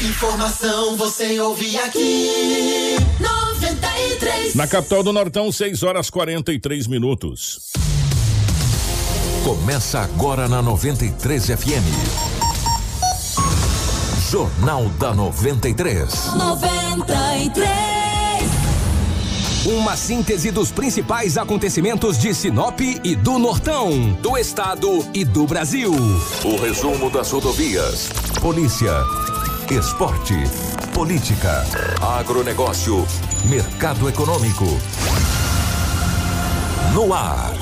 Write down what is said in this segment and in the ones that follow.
Informação você ouve aqui. 93. Na capital do Nortão, 6h43. Começa agora na 93 FM. Jornal da 93. 93. Uma síntese dos principais acontecimentos de Sinop e do Nortão, do estado e do Brasil. O resumo das rodovias, polícia, esporte, política, agronegócio, mercado econômico. No ar.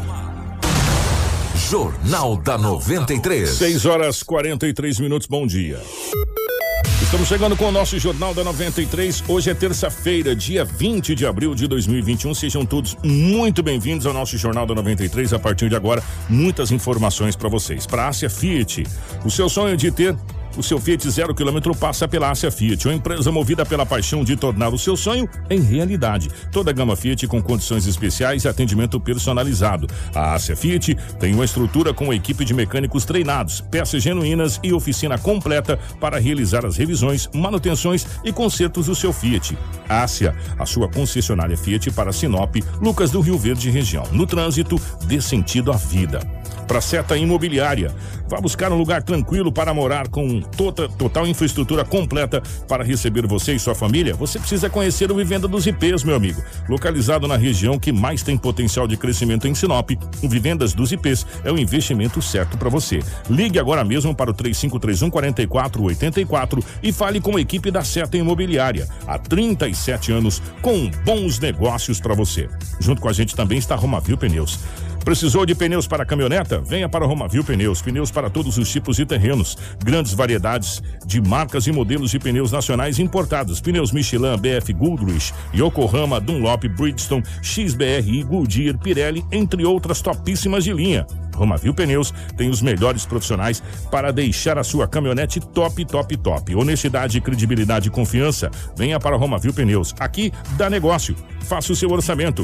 Jornal da 93. 6h43. Bom dia. Estamos chegando com o nosso Jornal da 93. Hoje é terça-feira, dia 20 de abril de 2021. Sejam todos muito bem-vindos ao nosso Jornal da 93. A partir de agora, muitas informações para vocês. Para a Ásia Fiat, o seu sonho de ter o seu Fiat 0 km passa pela Ásia Fiat, uma empresa movida pela paixão de tornar o seu sonho em realidade. Toda a gama Fiat com condições especiais e atendimento personalizado. A Ásia Fiat tem uma estrutura com equipe de mecânicos treinados, peças genuínas e oficina completa para realizar as revisões, manutenções e consertos do seu Fiat. Ásia, a sua concessionária Fiat para Sinop, Lucas do Rio Verde região. No trânsito, dê sentido à vida. Para Seta Imobiliária, vá buscar um lugar tranquilo para morar com total infraestrutura completa para receber você e sua família. Você precisa conhecer o Vivenda dos IPs, meu amigo. Localizado na região que mais tem potencial de crescimento em Sinop, o Vivendas dos IPs é o investimento certo para você. Ligue agora mesmo para o 3531-4484 e fale com a equipe da Seta Imobiliária. Há 37 anos com bons negócios para você. Junto com a gente também está a Romavil Pneus. Precisou de pneus para caminhoneta? Venha para Romavil Pneus. Pneus para todos os tipos de terrenos. Grandes variedades de marcas e modelos de pneus nacionais importados. Pneus Michelin, BF Goodrich, Yokohama, Dunlop, Bridgestone, XBRI, Goodyear, Pirelli, entre outras topíssimas de linha. Romavil Pneus tem os melhores profissionais para deixar a sua caminhonete top. Honestidade, credibilidade e confiança. Venha para Romavil Pneus. Aqui dá negócio. Faça o seu orçamento.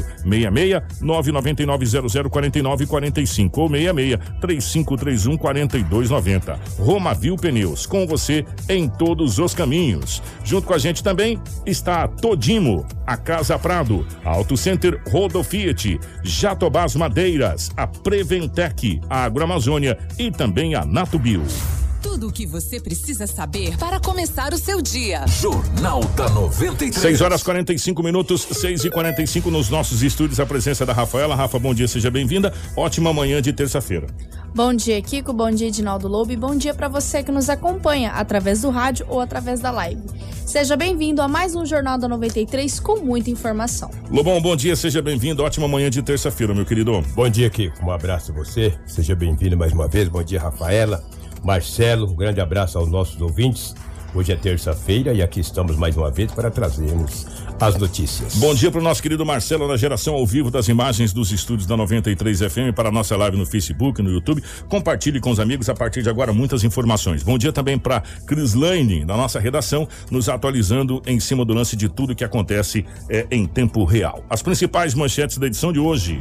66-999-004945 ou 66-3531-4290. Romavil Pneus, com você em todos os caminhos. Junto com a gente também está a Todimo, a Casa Prado, a Auto Center Rodo Fiat, Jatobás Madeiras, a Preventec, a Agroamazônia e também a Natubio. Tudo o que você precisa saber para começar o seu dia. Jornal da 93. 6h45, 6h45 nos nossos estúdios. A presença da Rafaela. Rafa, bom dia, seja bem-vinda. Ótima manhã de terça-feira. Bom dia, Kiko. Bom dia, Edinaldo Lobo. E bom dia para você que nos acompanha através do rádio ou através da live. Seja bem-vindo a mais um Jornal da 93 com muita informação. Lobão, bom dia, seja bem-vindo. Ótima manhã de terça-feira, meu querido. Bom dia, Kiko. Um abraço a você. Seja bem-vindo mais uma vez. Bom dia, Rafaela. Marcelo, um grande abraço aos nossos ouvintes. Hoje é terça-feira e aqui estamos mais uma vez para trazermos as notícias. Bom dia para o nosso querido Marcelo, na geração ao vivo das imagens dos estúdios da 93 FM para a nossa live no Facebook, no YouTube. Compartilhe com os amigos a partir de agora muitas informações. Bom dia também para Crislaine, da nossa redação, nos atualizando em cima do lance de tudo que acontece em tempo real. As principais manchetes da edição de hoje.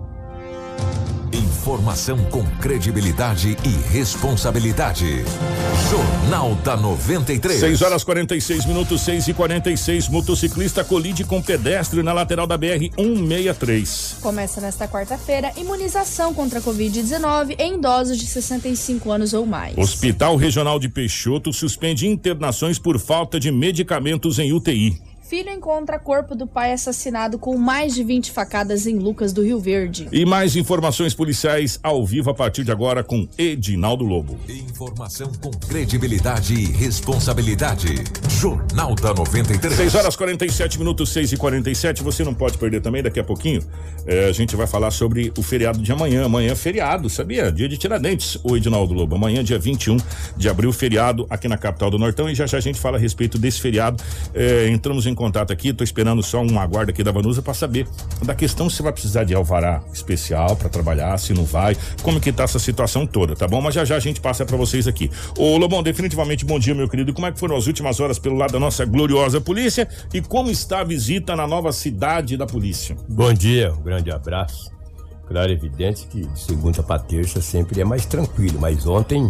Informação com credibilidade e responsabilidade. Jornal da 93. 6h46, 6h46. Motociclista colide com pedestre na lateral da BR-163. Começa nesta quarta-feira imunização contra a Covid-19 em idosos de 65 anos ou mais. Hospital Regional de Peixoto suspende internações por falta de medicamentos em UTI. Filho encontra corpo do pai assassinado com mais de 20 facadas em Lucas do Rio Verde. E mais informações policiais ao vivo a partir de agora com Edinaldo Lobo. Informação com credibilidade e responsabilidade. Jornal da 93. 6h47, 6h47. Você não pode perder também, daqui a pouquinho. A gente vai falar sobre o feriado de amanhã. Amanhã é feriado, sabia? Dia de Tiradentes, o Edinaldo Lobo. Amanhã, dia 21 de abril, feriado aqui na capital do Nortão. E já a gente fala a respeito desse feriado. Entramos em contato aqui, tô esperando só um aguardo aqui da Vanusa para saber da questão se vai precisar de alvará especial para trabalhar, se não vai, como que tá essa situação toda, tá bom? Mas já a gente passa para vocês aqui. Ô Lobão, definitivamente bom dia, meu querido. Como é que foram as últimas horas pelo lado da nossa gloriosa polícia e como está a visita na nova cidade da polícia? Bom dia, um grande abraço. Claro, é evidente que de segunda para terça sempre é mais tranquilo, mas ontem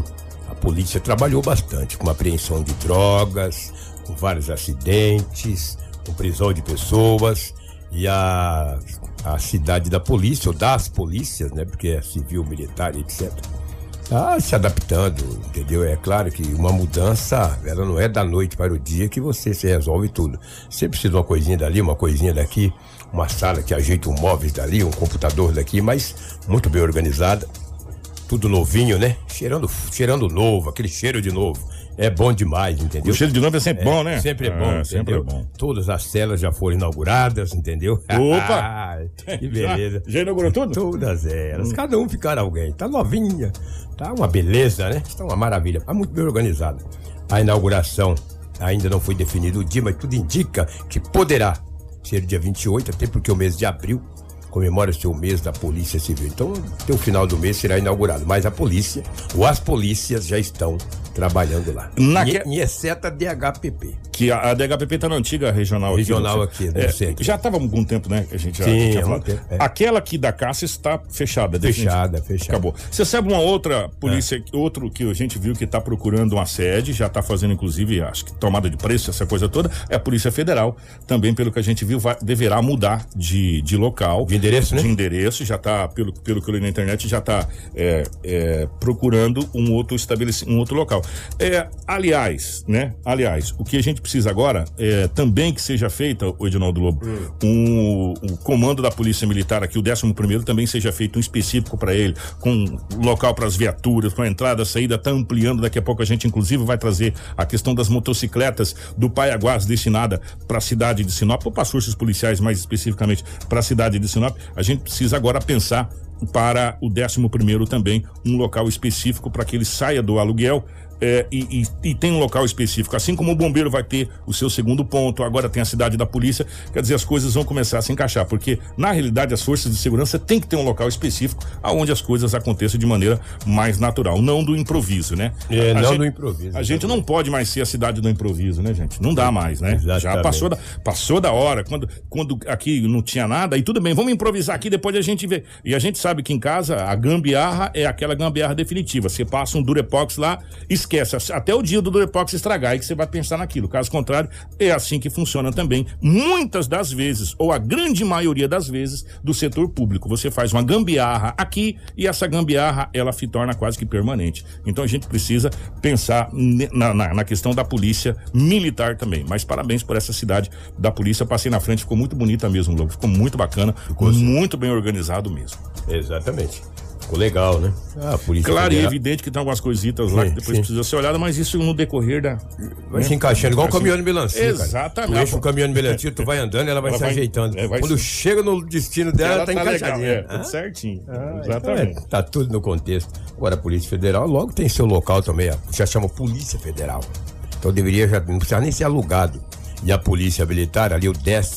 A polícia trabalhou bastante com apreensão de drogas, com vários acidentes, com prisão de pessoas, e a cidade da polícia, ou das polícias, né, porque é civil, militar, etc., tá se adaptando, entendeu? É claro que uma mudança, ela não é da noite para o dia que você se resolve tudo. Você precisa de uma coisinha dali, uma coisinha daqui, uma sala que ajeita um móveis dali, um computador daqui, mas muito bem organizada. Tudo novinho, né? Cheirando novo, aquele cheiro de novo. É bom demais, entendeu? O cheiro de novo é sempre bom, né? Sempre é bom, entendeu? Sempre é bom. Todas as celas já foram inauguradas, entendeu? Opa! Que beleza. Já inaugurou tudo? Todas elas. Cada um ficará alguém. Tá novinha, tá uma beleza, né? Está uma maravilha. Tá muito bem organizada. A inauguração ainda não foi definido o dia, mas tudo indica que poderá ser dia 28, até porque o mês de abril comemora-se o mês da Polícia Civil. Então, até o final do mês será inaugurado. Mas a polícia, ou as polícias já estão trabalhando lá. Exceto a DHPP. Que a DHPP tá na antiga regional aqui no centro. Já estava há algum tempo, né? A gente já Sim, tinha falado. Tempo, Aquela aqui da Cássia está fechada. Fechada. Acabou. Você sabe uma outra polícia, outro que a gente viu que está procurando uma sede, já está fazendo inclusive, acho que tomada de preço, essa coisa toda, é a Polícia Federal. Também, pelo que a gente viu, deverá mudar de local. De endereço, né? De endereço, já está, pelo que eu li na internet, já está procurando um outro estabelecimento, um outro local. Aliás, o que a gente precisa agora também que seja feita, o Edinaldo Lobo, o comando da Polícia Militar aqui, o 11º, também seja feito um específico para ele, com local para as viaturas, com a entrada, a saída, tá ampliando. Daqui a pouco a gente inclusive vai trazer a questão das motocicletas do Paiaguás destinada para a cidade de Sinop, ou para as forças policiais mais especificamente para a cidade de Sinop. A gente precisa agora pensar para o 11º também um local específico para que ele saia do aluguel. E tem um local específico, assim como o bombeiro vai ter o seu segundo ponto, agora tem a cidade da polícia. Quer dizer, as coisas vão começar a se encaixar, porque na realidade as forças de segurança tem que ter um local específico aonde as coisas aconteçam de maneira mais natural, não do improviso, né? Do improviso. A gente não pode mais ser a cidade do improviso, né, gente? Não dá mais, né? Exatamente. Já passou da hora, quando aqui não tinha nada, e tudo bem, vamos improvisar aqui, depois a gente vê. E a gente sabe que em casa a gambiarra é aquela gambiarra definitiva, você passa um Durepox lá, esquece até o dia do Durepox estragar e que você vai pensar naquilo. Caso contrário, é assim que funciona também muitas das vezes, ou a grande maioria das vezes, do setor público. Você faz uma gambiarra aqui e essa gambiarra ela se torna quase que permanente. Então a gente precisa pensar na questão da polícia militar também. Mas parabéns por essa cidade da polícia. Passei na frente, ficou muito bonita mesmo, Lobo. Ficou muito bacana, muito bem organizado mesmo. Exatamente. Ficou legal, né? Claro, e é evidente que tem algumas coisitas lá que depois precisa ser olhada, mas isso no decorrer da... Vai se encaixando, igual o caminhão de melancia. Exatamente. Tu enche o caminhão de melancia, tu vai andando, ela vai se ajeitando. Quando chega no destino dela, ela tá encaixadinha. Tudo certinho. Exatamente. Então tá tudo no contexto. Agora a Polícia Federal logo tem seu local também, já chama Polícia Federal. Então deveria já não precisar nem ser alugado. E a Polícia Militar, ali o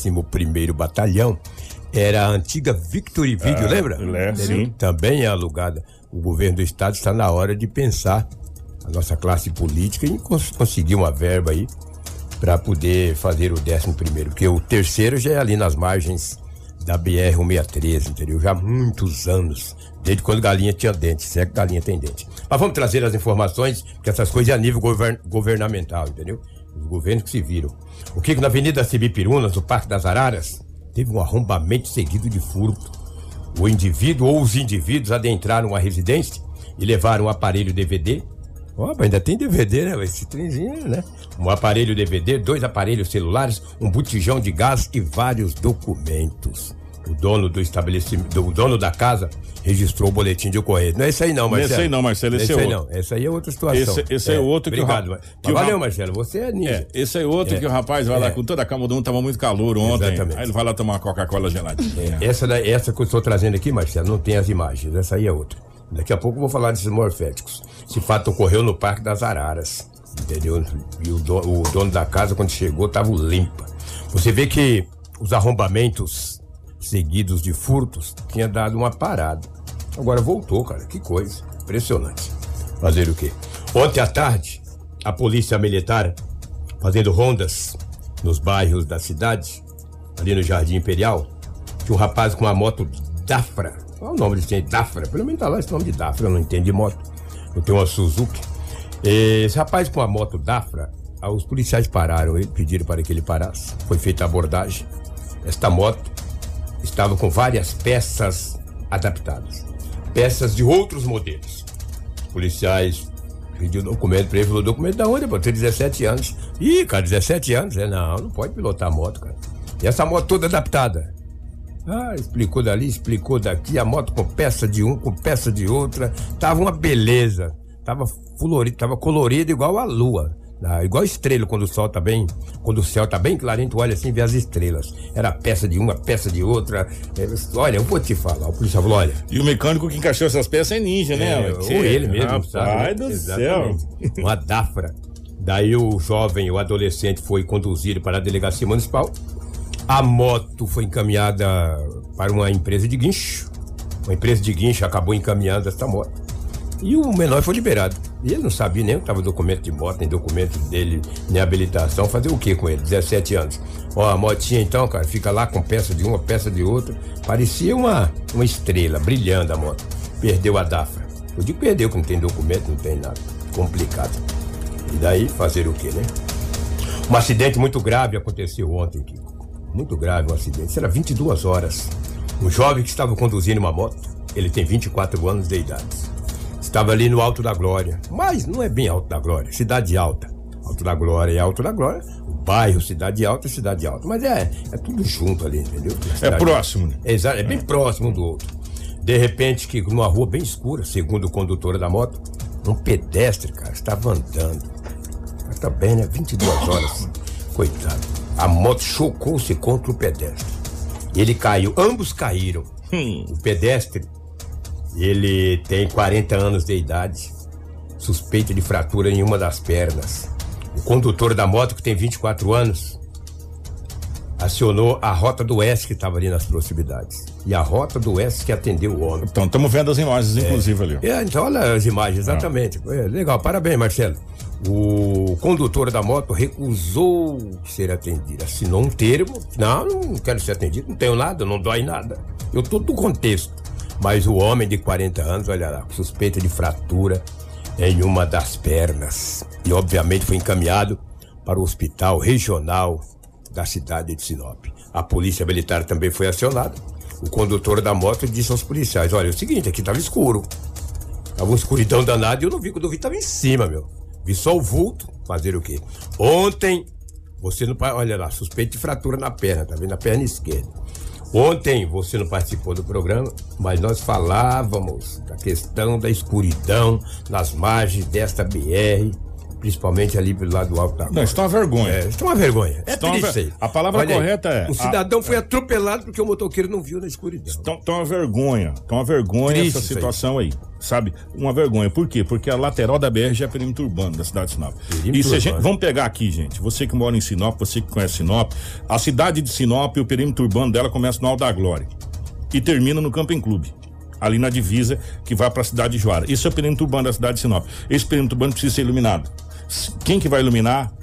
11º Batalhão, era a antiga Victory Video, lembra? Sim. Também é alugada. O governo do estado está na hora de pensar a nossa classe política em conseguir uma verba aí para poder fazer o 11º, porque o terceiro já é ali nas margens da BR-163, entendeu? Já há muitos anos, desde quando galinha tinha dente, se é que galinha tem dente. Mas vamos trazer as informações, que essas coisas é a nível governamental, entendeu? Os governos que se viram. O que na Avenida Cibipirunas, no Parque das Araras, teve um arrombamento seguido de furto. O indivíduo ou os indivíduos adentraram uma residência e levaram um aparelho DVD. Ainda tem DVD, né? Esse trenzinho, né? Um aparelho DVD, 2 aparelhos celulares, um botijão de gás e vários documentos. O dono do estabelecimento, o dono da casa, registrou o boletim de ocorrência. Não é esse aí não, Marcelo. Esse aí não, Marcelo, esse é outro. Não. Essa aí é outra situação. Esse é outro obrigado, valeu, Marcelo, você é ninja. Esse é outro que o rapaz vai lá com toda a calma do mundo, tava muito calor ontem. Exatamente. Aí ele vai lá tomar uma Coca-Cola geladinha. Essa que eu estou trazendo aqui, Marcelo, não tem as imagens. Essa aí é outra. Daqui a pouco eu vou falar desses morféticos. Esse fato ocorreu no Parque das Araras, entendeu? E o dono da casa, quando chegou, tava limpa. Você vê que os arrombamentos seguidos de furtos tinha dado uma parada. Agora voltou, cara, que coisa impressionante. Fazer o quê? Ontem à tarde, a polícia militar fazendo rondas nos bairros da cidade, ali no Jardim Imperial, tinha um rapaz com uma moto Dafra. Qual é o nome desse? Dafra, pelo menos tá lá esse nome de Dafra, eu não entendo de moto. Eu tenho uma Suzuki. Esse rapaz com a moto Dafra, os policiais pararam ele, pediram para que ele parasse. Foi feita a abordagem. Esta moto estava com várias peças adaptadas. Peças de outros modelos. Os policiais pediram documento para ele, falou, documento da onde? Eu tenho 17 anos. Ih, cara, 17 anos? Não pode pilotar a moto, cara. E essa moto toda adaptada. Explicou dali, explicou daqui, a moto com peça de um, com peça de outra. Tava uma beleza. Tava colorido igual a lua. Igual estrela, quando o céu tá bem clarinho, tu olha assim e vê as estrelas. Era peça de uma, peça de outra. Olha, eu vou te falar. O policial falou, olha. E o mecânico que encaixou essas peças é ninja, né? Ou ele mesmo, rapaz sabe? Pai do céu. Uma Dafra. Daí o adolescente foi conduzido para a delegacia municipal. A moto foi encaminhada para uma empresa de guincho. Uma empresa de guincho acabou encaminhando essa moto. E o menor foi liberado. E ele não sabia nem que estava documento de moto, nem documento dele, nem habilitação. Fazer o que com ele? 17 anos. A motinha então, cara, fica lá com peça de uma, peça de outra. Parecia uma estrela, brilhando a moto. Perdeu a Dafra. Eu digo perdeu, que não tem documento, não tem nada. Complicado. E daí, fazer o que, né? Um acidente muito grave aconteceu ontem, Kiko. Muito grave um acidente. Isso era 22 horas. Um jovem que estava conduzindo uma moto, ele tem 24 anos de idade. Estava ali no Alto da Glória, mas não é bem Alto da Glória, Cidade Alta. Alto da Glória é Alto da Glória, o bairro Cidade Alta é Cidade Alta. Mas é tudo junto ali, entendeu? É próximo, né? Exato, é bem próximo um do outro. De repente, que numa rua bem escura, segundo o condutor da moto, um pedestre, cara, estava andando. Mas tá bem, né? 22 horas. Coitado. A moto chocou-se contra o pedestre. Ele caiu, ambos caíram. O pedestre, ele tem 40 anos de idade, suspeita de fratura em uma das pernas. O condutor da moto, que tem 24 anos, acionou a Rota do Oeste, que estava ali nas proximidades. E a Rota do Oeste que atendeu o homem. Então, estamos vendo as imagens, inclusive, ali. Então, olha as imagens, exatamente. Legal, parabéns, Marcelo. O condutor da moto recusou ser atendido. Assinou um termo. Não quero ser atendido, não tenho nada, não dói nada. Eu tô do contexto. Mas o homem de 40 anos, olha lá, suspeita de fratura em uma das pernas. E, obviamente, foi encaminhado para o hospital regional da cidade de Sinop. A polícia militar também foi acionada. O condutor da moto disse aos policiais, olha, é o seguinte, aqui tava escuro. Tava uma escuridão danada e eu não vi, quando eu vi tava em cima, meu. Vi só o vulto, fazer o quê? Ontem, você não... Olha lá, suspeito de fratura na perna, tá vendo? Na perna esquerda. Ontem, você não participou do programa, mas nós falávamos da questão da escuridão nas margens desta BR, principalmente ali pelo lado do Alto da Glória. Não, isso é uma vergonha. Isso é uma vergonha. É triste aí. A palavra correta é... O cidadão foi atropelado porque o motoqueiro não viu na escuridão. Então uma vergonha. Então uma vergonha triste essa situação aí. Sabe? Uma vergonha. Por quê? Porque a lateral da BR já é perímetro urbano da cidade de Sinop. E se a gente, vamos pegar aqui, gente. Você que mora em Sinop, você que conhece Sinop. A cidade de Sinop, o perímetro urbano dela começa no Alto da Glória e termina no Camping Clube, ali na divisa que vai para a cidade de Juara. Esse é o perímetro urbano da cidade de Sinop. Esse perímetro urbano precisa ser iluminado. Quem que vai iluminar?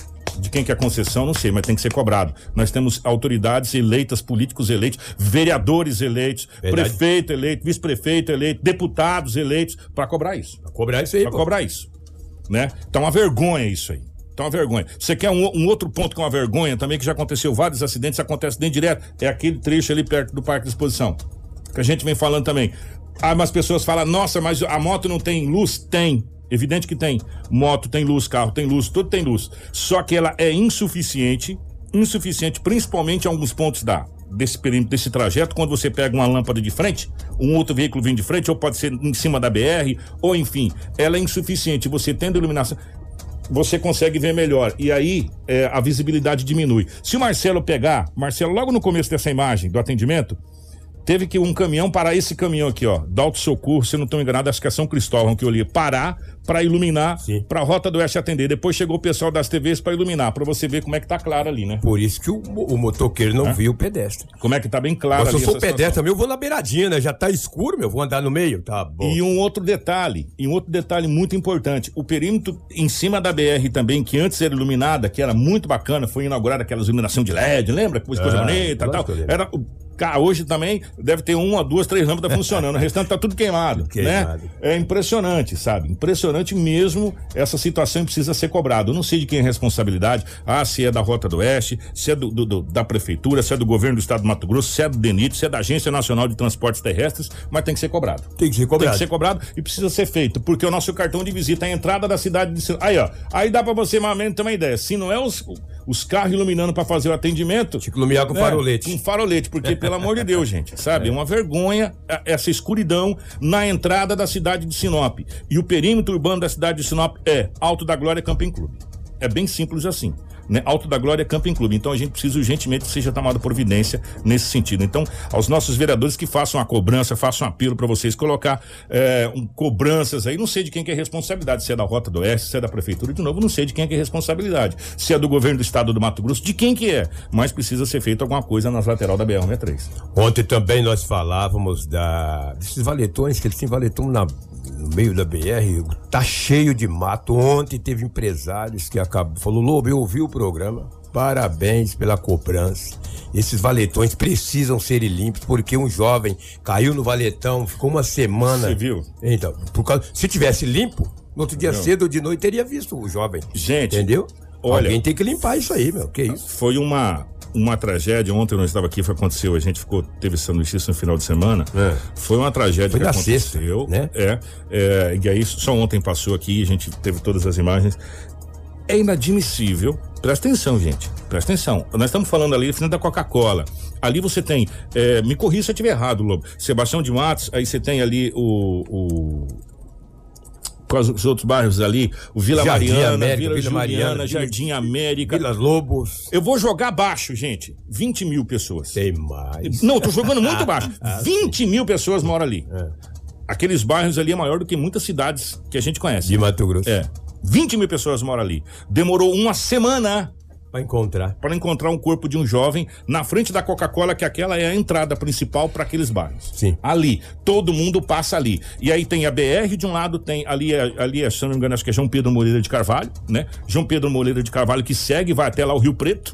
De quem que é a concessão, não sei, mas tem que ser cobrado. Nós temos autoridades eleitas, políticos eleitos, vereadores eleitos, verdade, prefeito eleito, vice-prefeito eleito, deputados eleitos, para cobrar isso. Para cobrar isso aí, Para cobrar isso, né? Então, uma vergonha isso aí. Então, uma vergonha. Você quer um outro ponto que é uma vergonha também, que já aconteceu vários acidentes, acontece nem direto, é aquele trecho ali perto do Parque de Exposição, que a gente vem falando também. Mas as pessoas falam, nossa, mas a moto não tem luz? Tem. Evidente que tem. Moto tem luz, carro tem luz, tudo tem luz. Só que ela é insuficiente, principalmente em alguns pontos desse perímetro, desse trajeto, quando você pega uma lâmpada de frente, um outro veículo vem de frente, ou pode ser em cima da BR, ou enfim, ela é insuficiente. Você tendo iluminação, você consegue ver melhor. E aí, a visibilidade diminui. Se o Marcelo logo no começo dessa imagem do atendimento, teve que um caminhão parar, esse caminhão aqui, ó, da Auto Socorro, se não estou enganado, acho que é São Cristóvão que eu li, parar para iluminar, para a Rota do Oeste atender. Depois chegou o pessoal das TVs para iluminar, para você ver como é que tá claro ali, né? Por isso que o motoqueiro não viu o pedestre. Como é que tá bem claro ali. Se eu sou pedestre também, eu vou na beiradinha, né? Já tá escuro, meu, vou andar no meio, tá bom. E um outro detalhe muito importante, o perímetro em cima da BR também, que antes era iluminada, que era muito bacana, foi inaugurada aquelas iluminação de LED, lembra? Coisa bonita e tal. Hoje também deve ter 1, 2, 3 lâmpadas funcionando, o restante tá tudo queimado, né? É impressionante, sabe? Impressionante mesmo essa situação, precisa ser cobrado. Eu não sei de quem é a responsabilidade, se é da Rota do Oeste, se é da Prefeitura, se é do Governo do Estado do Mato Grosso, se é do DENIT, se é da Agência Nacional de Transportes Terrestres, mas tem que ser cobrado. Tem que ser cobrado e precisa ser feito, porque o nosso cartão de visita é a entrada da cidade de Sinop. Aí dá pra você mais ou menos ter uma ideia. Se não é os carros iluminando pra fazer o atendimento... Tinha que iluminar com farolete. Com farolete, porque pelo amor de Deus, gente, sabe? É uma vergonha essa escuridão na entrada da cidade de Sinop. E o perímetro urbano da cidade de Sinop é Alto da Glória Camping Clube. É bem simples assim, né? Alto da Glória Camping Clube. Então a gente precisa urgentemente que seja tomada providência nesse sentido. Então, aos nossos vereadores que façam a cobrança, façam um apelo para vocês colocar cobranças aí. Não sei de quem que é responsabilidade, se é da Rota do Oeste, se é da Prefeitura, de novo, não sei de quem que é responsabilidade. Se é do Governo do Estado do Mato Grosso, de quem que é. Mas precisa ser feito alguma coisa nas lateral da BR-163. Ontem também nós falávamos desses valetões, que eles têm valetão no meio da BR, tá cheio de mato. Ontem teve empresários que falou: Lobo, eu ouvi o programa, parabéns pela cobrança. Esses valetões precisam ser limpos, porque um jovem caiu no valetão, ficou uma semana. Você viu? Então, se tivesse limpo, no outro dia cedo ou de noite teria visto o jovem. Gente, entendeu? Olha, alguém tem que limpar isso aí, meu. Que isso? Foi uma tragédia. Ontem eu não estava aqui, aconteceu, a gente teve essa notícia no final de semana. Foi uma tragédia que aconteceu, sexta, né? E aí só ontem passou aqui, a gente teve todas as imagens. É inadmissível. Presta atenção, gente, presta atenção. Nós estamos falando ali frente da Coca-Cola. Ali você tem, me corrija se eu estiver errado, Lobo, Sebastião de Matos, aí você tem ali os outros bairros ali, o Vila Mariana, Vila Juliana, Jardim América, Vila Lobos. Eu vou jogar baixo, gente. 20 mil pessoas. Tem mais. Não, tô jogando muito baixo. 20 mil pessoas moram ali. Aqueles bairros ali é maior do que muitas cidades que a gente conhece. De Mato Grosso. 20 mil pessoas moram ali. Demorou uma semana para encontrar um corpo de um jovem na frente da Coca-Cola, que aquela é a entrada principal para aqueles bairros. Sim. Ali, todo mundo passa ali. E aí tem a BR de um lado, tem ali se não me engano, acho que é João Pedro Moreira de Carvalho, né? João Pedro Moreira de Carvalho, que segue, vai até lá o Rio Preto,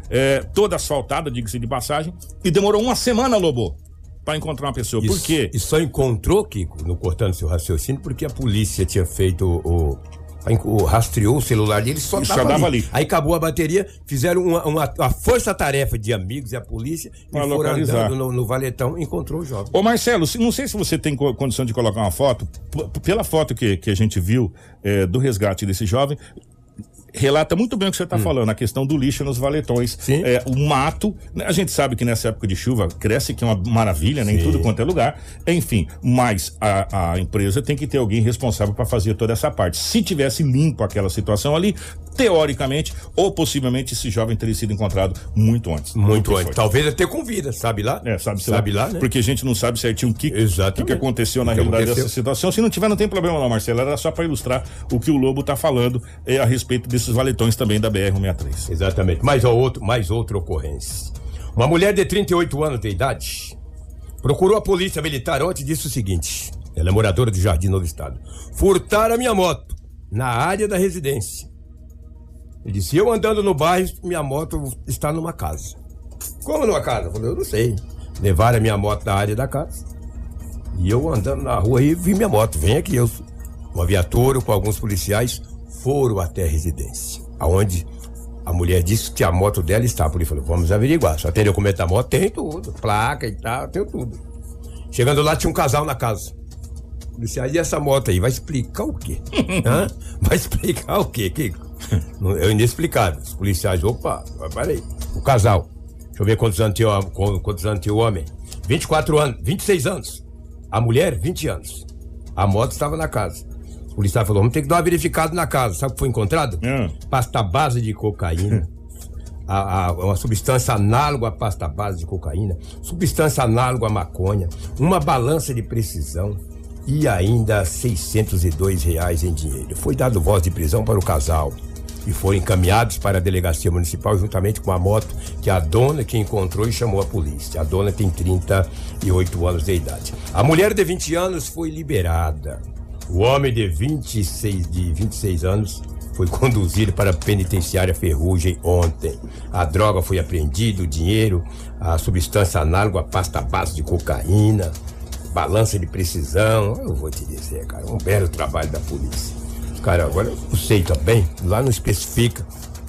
toda asfaltada, diga-se de passagem, e demorou uma semana, Lobo, para encontrar uma pessoa. Por quê? E só encontrou, Kiko, no cortando seu raciocínio, porque a polícia tinha feito rastreou o celular dele, só dava ali. Aí acabou a bateria, fizeram uma força-tarefa de amigos e a polícia e foram andando no valetão, encontrou o jovem. Ô Marcelo, não sei se você tem condição de colocar uma foto, pela foto que a gente viu do resgate desse jovem, relata muito bem o que você está falando, a questão do lixo nos valetões. Sim. O mato, a gente sabe que nessa época de chuva cresce, que é uma maravilha, né, em tudo quanto é lugar, enfim, mas a empresa tem que ter alguém responsável para fazer toda essa parte. Se tivesse limpo aquela situação ali, teoricamente, ou possivelmente esse jovem teria sido encontrado muito antes. Muito antes. Talvez até com vida, sabe lá? Sabe lá, né? Porque a gente não sabe certinho o que aconteceu na realidade dessa situação. Se não tiver, não tem problema não, Marcelo. Era só para ilustrar o que o Lobo está falando a respeito desses valetões também da BR-163. Exatamente. Mais outra ocorrência. Uma mulher de 38 anos de idade procurou a polícia militar ontem e disse o seguinte: ela é moradora do Jardim Novo Estado. Furtaram a minha moto na área da residência. Ele disse: eu andando no bairro, minha moto está numa casa. Como numa casa? Eu falei: eu não sei. Levaram a minha moto na área da casa. E eu andando na rua aí, vi minha moto. Vem aqui, uma viatura com alguns policiais foram até a residência, aonde a mulher disse que a moto dela estava. Ele falou: vamos averiguar. Só tem documento da moto? Tem tudo. Placa e tal, tem tudo. Chegando lá, tinha um casal na casa. Policiais: e essa moto aí? Vai explicar o quê? Vai explicar o quê, Kiko? É inexplicável. Os policiais: opa, peraí. O casal, deixa eu ver quantos anos tinha o homem. 24 anos, 26 anos. A mulher, 20 anos. A moto estava na casa. O policial falou: vamos ter que dar uma verificada na casa. Sabe o que foi encontrado? Pasta base de cocaína. Uma substância análoga à pasta base de cocaína. Substância análoga à maconha. Uma balança de precisão. E ainda R$602 em dinheiro. Foi dado voz de prisão para o casal. E foram encaminhados para a delegacia municipal juntamente com a moto que a dona que encontrou e chamou a polícia. A dona tem 38 anos de idade. A mulher de 20 anos foi liberada. O homem de 26 anos foi conduzido para a penitenciária Ferrugem ontem. A droga foi apreendida, o dinheiro, a substância análoga à pasta base de cocaína, balança de precisão. Eu vou te dizer, cara, um belo trabalho da polícia. Cara, agora eu não sei também, lá não especifica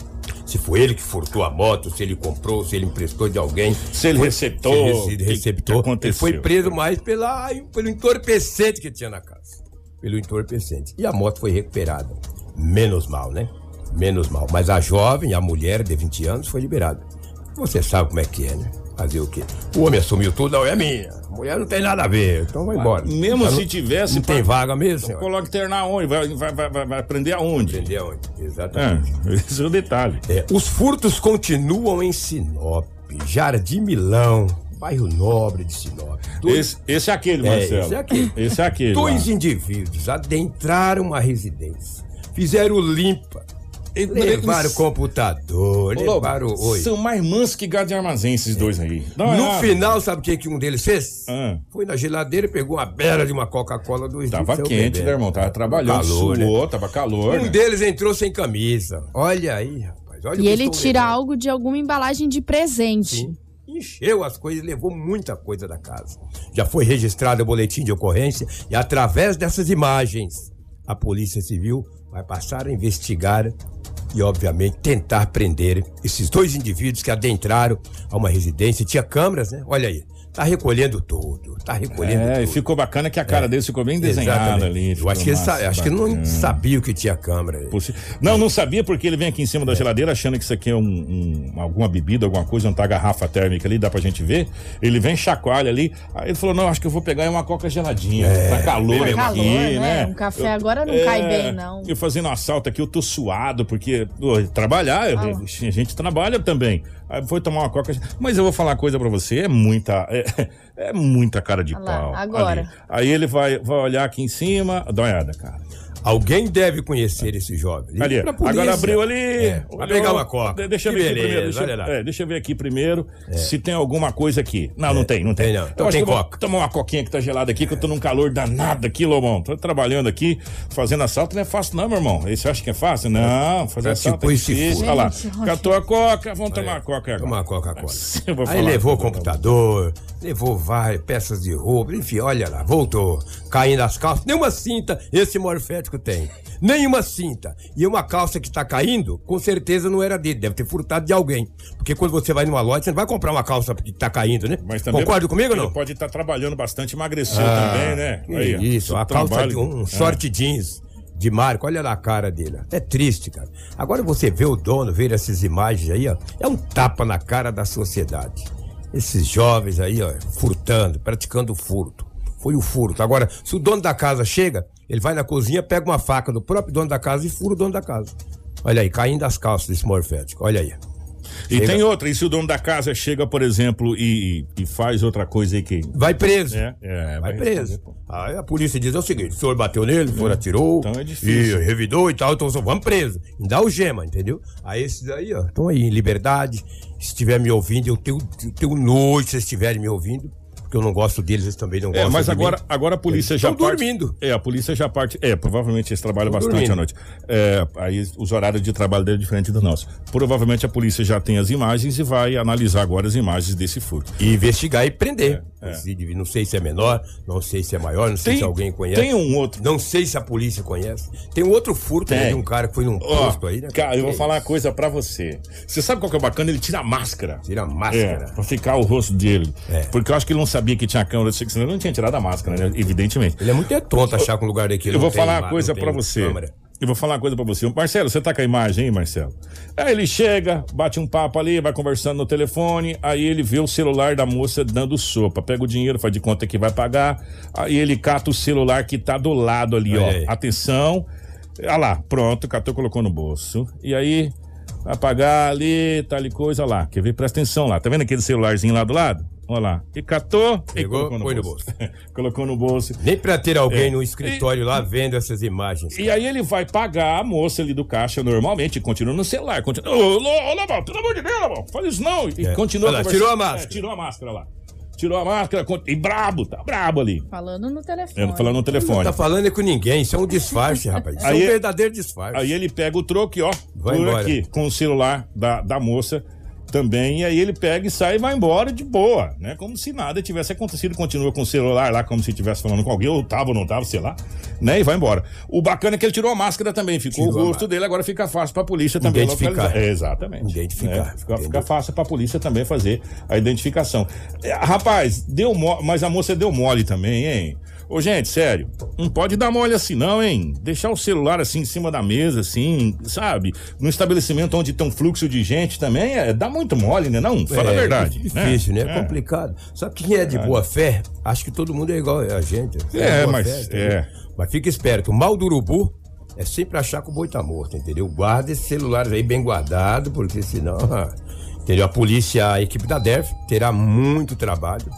se foi ele que furtou a moto, se ele comprou, se ele emprestou de alguém. Se ele receptou. Se ele receptou. Ele foi preso mais pelo entorpecente que tinha na casa. Pelo entorpecente. E a moto foi recuperada. Menos mal, né? Menos mal. Mas a jovem, a mulher de 20 anos, foi liberada. Você sabe como é que é, né? Fazer o quê? O homem assumiu tudo, não é minha. A mulher não tem nada a ver, então vai embora. Mesmo se tivesse... Não tem vaga mesmo, senhor? Coloca internar onde? Vai prender aonde? Prender aonde? Exatamente. Esse é o detalhe. Os furtos continuam em Sinop, Jardim Milão, bairro Nobre de Sinop. Esse é aquele, Marcelo. Esse é aquele. Esse é aquele. Dois indivíduos adentraram uma residência, fizeram limpa, levaram o computador, levaram... São mais mansos que gado de armazém, esses dois aí. No final, sabe o que um deles fez? Foi na geladeira e pegou uma bela de uma Coca-Cola dos Tava quente, né, irmão? Tava trabalhando, calor, suou, né? Tava calor. Um deles entrou sem camisa. Olha aí, rapaz. Olha e ele tira algo de alguma embalagem de presente. Sim. Encheu as coisas, levou muita coisa da casa. Já foi registrado o boletim de ocorrência e através dessas imagens, a Polícia Civil vai passar a investigar e, obviamente, tentar prender esses dois indivíduos que adentraram a uma residência. Tinha câmeras, né? Olha aí. Tá recolhendo tudo, tudo. E ficou bacana que a cara dele ficou bem desenhada ali. Eu acho que ele não sabia o que tinha câmera. Não sabia porque ele vem aqui em cima da geladeira achando que isso aqui é alguma bebida, alguma coisa, não tá garrafa térmica ali, dá pra gente ver. Ele vem, chacoalha ali, aí ele falou, não, acho que eu vou pegar uma coca geladinha. Tá calor aqui, né? Um café agora não cai bem, não. Eu fazendo um assalto aqui, eu tô suado, porque trabalhar, a gente trabalha também. Aí foi tomar uma coca, mas eu vou falar uma coisa pra você, é muita cara de pau. Agora. Ali. Aí ele vai olhar aqui em cima, dá uma olhada, cara. Alguém deve conhecer esse jovem. Ali, agora abriu ali. Vai pegar uma coca. Deixa eu ver aqui primeiro. Deixa eu ver aqui primeiro se tem alguma coisa aqui. Não tem. Então tem coca. Tomar uma coquinha que tá gelada aqui, que eu tô num calor danado aqui, Lobão. Tô trabalhando aqui, fazendo assalto, não é fácil não, meu irmão. Você acha que é fácil? Não, fazer assalto é difícil. Olha lá, catou a coca, vamos tomar a coca agora. Tomar a coca agora. Aí levou o computador, levou várias peças de roupa, enfim, olha lá, voltou. Caindo as calças, nenhuma cinta esse morfético tem. Nenhuma cinta. E uma calça que tá caindo, com certeza não era dele, deve ter furtado de alguém. Porque quando você vai numa loja, você não vai comprar uma calça que tá caindo, né? Mas também concorda comigo ou não? Ele pode estar trabalhando bastante, emagreceu também, né? Aí, isso, a calça de um short jeans de marca, olha lá a cara dele. É triste, cara. Agora você vê o dono, ver essas imagens aí, ó, é um tapa na cara da sociedade. Esses jovens aí, ó, furtando, praticando furto. Foi o furto. Agora, se o dono da casa chega, ele vai na cozinha, pega uma faca do próprio dono da casa e fura o dono da casa. Olha aí, caindo as calças desse morfético. Olha aí. E tem outra, e se o dono da casa chega, por exemplo, e faz outra coisa aí que... Vai preso. Vai preso. Aí a polícia diz o seguinte, o senhor bateu nele, o senhor atirou, então é difícil. E revidou e tal, então vamos preso. E dá o gema, entendeu? Aí esses aí, ó, estão aí em liberdade. Se estiver me ouvindo, eu tenho nojo se estiverem me ouvindo. Porque eu não gosto deles, eles também não gostam. Mas agora a polícia já parte... dormindo. A polícia já parte... provavelmente eles trabalham bastante à noite. Aí os horários de trabalho dele é diferente do nosso. Provavelmente a polícia já tem as imagens e vai analisar agora as imagens desse furto. E investigar e prender. Não sei se é menor, não sei se é maior, não sei se alguém conhece. Tem um outro. Não sei se a polícia conhece. Tem um outro furto de um cara que foi num posto aí, né? Cara, eu vou falar uma coisa pra você. Você sabe qual que é bacana? Ele tira a máscara. Tira a máscara. Pra ficar o rosto dele. Porque eu acho que ele não sabia que tinha câmera, senão ele não tinha tirado a máscara, né? Evidentemente. Ele é muito tonto achar que um lugar daquele eu vou falar uma coisa pra você. Eu vou falar uma coisa pra você. Marcelo, você tá com a imagem aí, Marcelo? Aí ele chega, bate um papo ali, vai conversando no telefone, aí ele vê o celular da moça dando sopa. Pega o dinheiro, faz de conta que vai pagar, aí ele cata o celular que tá do lado ali, ó. Atenção. Olha lá, pronto, catou, colocou no bolso. E aí, vai pagar ali, tal e coisa lá. Quer ver? Presta atenção lá. Tá vendo aquele celularzinho lá do lado? Olha lá. E catou, pegou, põe no bolso. Colocou no bolso. Nem pra ter alguém no escritório lá vendo essas imagens. Cara. E aí ele vai pagar a moça ali do caixa normalmente, continua no celular. Ô, Lobão, pelo amor de Deus, Lobão, faz isso não. E continua conversando. Tirou a máscara. Tirou a máscara lá. tirou a máscara e tá brabo ali. Falando no telefone. Falando no telefone. Não tá falando com ninguém, isso é um disfarce, rapaz. Isso é um verdadeiro disfarce. Aí ele pega o troco, ó, vai por embora. Aqui, com o celular da moça também, e aí ele pega e sai e vai embora de boa, né? Como se nada tivesse acontecido, continua com o celular lá, como se estivesse falando com alguém, ou tava ou não tava, sei lá, né? E vai embora. O bacana é que ele tirou a máscara também, ficou o rosto dele, agora fica fácil pra polícia também identificar. Exatamente. Identificar. Fica fácil pra polícia também fazer a identificação. Rapaz, mas a moça deu mole também, hein? Ô, gente, sério, não pode dar mole assim não, hein? Deixar o celular assim em cima da mesa, assim, sabe? Num estabelecimento onde tem um fluxo de gente também, dá muito mole, né? Não, fala a verdade. É difícil, né? É complicado. Só que quem é de boa fé, acho que todo mundo é igual a gente. Mas fica esperto, o mal do urubu é sempre achar que o boi tá morto, entendeu? Guarda esses celulares aí bem guardados, porque senão, entendeu? A polícia, a equipe da DERF terá muito trabalho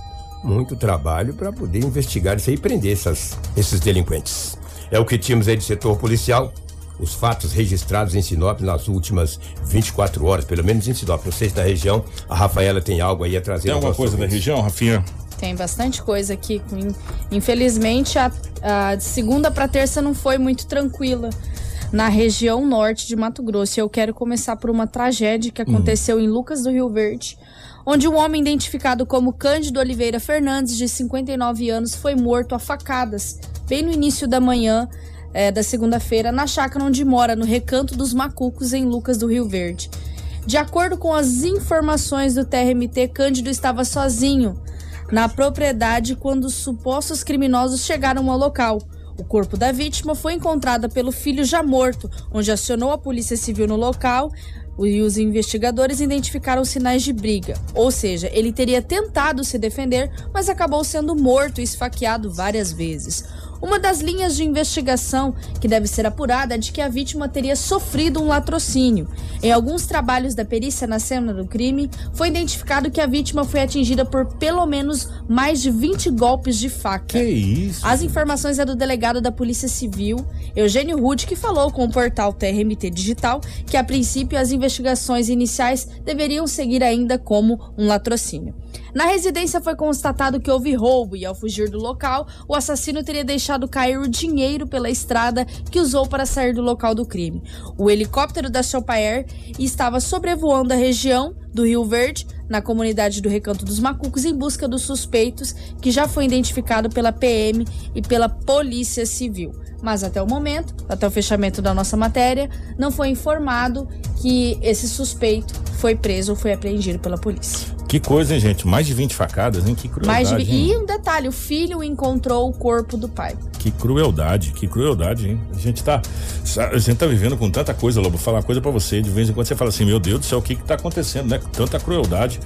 para poder investigar isso aí e prender esses delinquentes. É o que tínhamos aí de setor policial, os fatos registrados em Sinop nas últimas 24 horas, pelo menos em Sinop. Não sei se da região, a Rafaela tem algo aí a trazer. Tem alguma coisa da região, Rafinha? Tem bastante coisa aqui. Infelizmente, a de segunda para terça não foi muito tranquila na região norte de Mato Grosso. Eu quero começar por uma tragédia que aconteceu em Lucas do Rio Verde, onde um homem identificado como Cândido Oliveira Fernandes, de 59 anos, foi morto a facadas, bem no início da manhã da segunda-feira, na chácara onde mora, no Recanto dos Macucos, em Lucas do Rio Verde. De acordo com as informações do TRMT, Cândido estava sozinho na propriedade quando os supostos criminosos chegaram ao local. O corpo da vítima foi encontrado pelo filho já morto, onde acionou a Polícia Civil no local, e os investigadores identificaram sinais de briga. Ou seja, ele teria tentado se defender, mas acabou sendo morto e esfaqueado várias vezes. Uma das linhas de investigação que deve ser apurada é de que a vítima teria sofrido um latrocínio. Em alguns trabalhos da perícia na cena do crime, foi identificado que a vítima foi atingida por pelo menos mais de 20 golpes de faca. Que isso? As informações é do delegado da Polícia Civil, Eugênio Rude, que falou com o portal TRMT Digital que, a princípio, as investigações iniciais deveriam seguir ainda como um latrocínio. Na residência foi constatado que houve roubo e, ao fugir do local, o assassino teria deixado cair o dinheiro pela estrada que usou para sair do local do crime. O helicóptero da Chopaer estava sobrevoando a região do Rio Verde, na comunidade do Recanto dos Macucos, em busca dos suspeitos, que já foi identificado pela PM e pela Polícia Civil. Mas até o momento, até o fechamento da nossa matéria, não foi informado que esse suspeito foi preso ou foi apreendido pela polícia. Que coisa, hein, gente? Mais de 20 facadas, hein? Que crueldade, E um detalhe, o filho encontrou o corpo do pai. Que crueldade, hein? A gente tá vivendo com tanta coisa, Lobo. Vou falar uma coisa pra você, de vez em quando você fala assim, meu Deus do céu, o que tá acontecendo, né? Tanta crueldade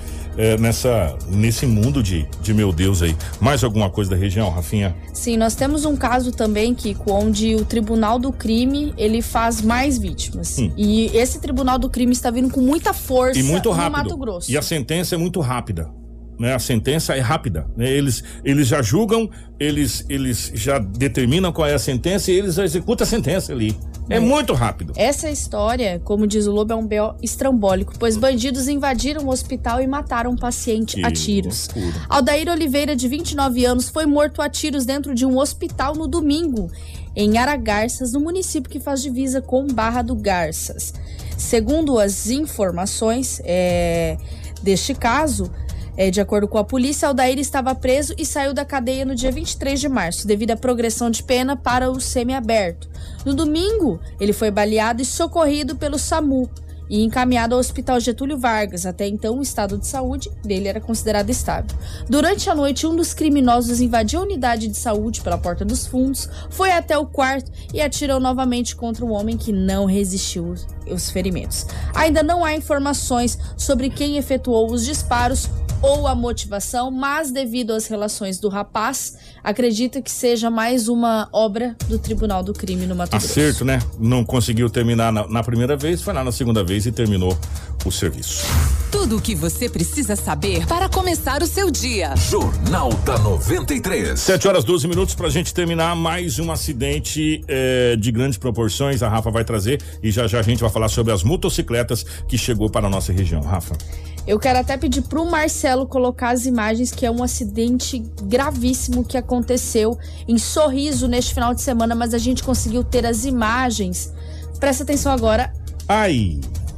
nesse mundo de meu Deus aí. Mais alguma coisa da região, Rafinha? Sim, nós temos um caso também, Kiko, onde o Tribunal do Crime, ele faz mais vítimas. E esse Tribunal do Crime está vindo com muita força e muito rápido. No Mato Grosso. E a sentença é muito rápida. Né? A sentença é rápida, né? Eles já julgam, eles já determinam qual é a sentença e eles executam a sentença ali. É muito rápido. Essa história, como diz o Lobo, é um BO estrambólico, pois bandidos invadiram o hospital e mataram um paciente a tiros. Loucura. Aldair Oliveira, de 29 anos, foi morto a tiros dentro de um hospital no domingo, em Aragarças, no município que faz divisa com Barra do Garças. Segundo as informações deste caso, de acordo com a polícia, Aldair estava preso e saiu da cadeia no dia 23 de março, devido à progressão de pena para o semiaberto. No domingo, ele foi baleado e socorrido pelo SAMU e encaminhado ao Hospital Getúlio Vargas. Até então, o estado de saúde dele era considerado estável. Durante a noite, um dos criminosos invadiu a unidade de saúde pela porta dos fundos, foi até o quarto e atirou novamente contra o homem, que não resistiu aos ferimentos. Ainda não há informações sobre quem efetuou os disparos ou a motivação, mas devido às relações do rapaz, acredita que seja mais uma obra do Tribunal do Crime no Mato Grosso. Acerto, né? Não conseguiu terminar na primeira vez, foi lá na segunda vez e terminou o serviço. Tudo o que você precisa saber para começar o seu dia. Jornal da 93. 7h12 pra gente terminar mais um acidente de grandes proporções. A Rafa vai trazer e já a gente vai falar sobre as motocicletas que chegou para a nossa região. Rafa. Eu quero até pedir pro Marcelo colocar as imagens, que é um acidente gravíssimo que aconteceu em Sorriso neste final de semana, mas a gente conseguiu ter as imagens. Presta atenção agora. Ai!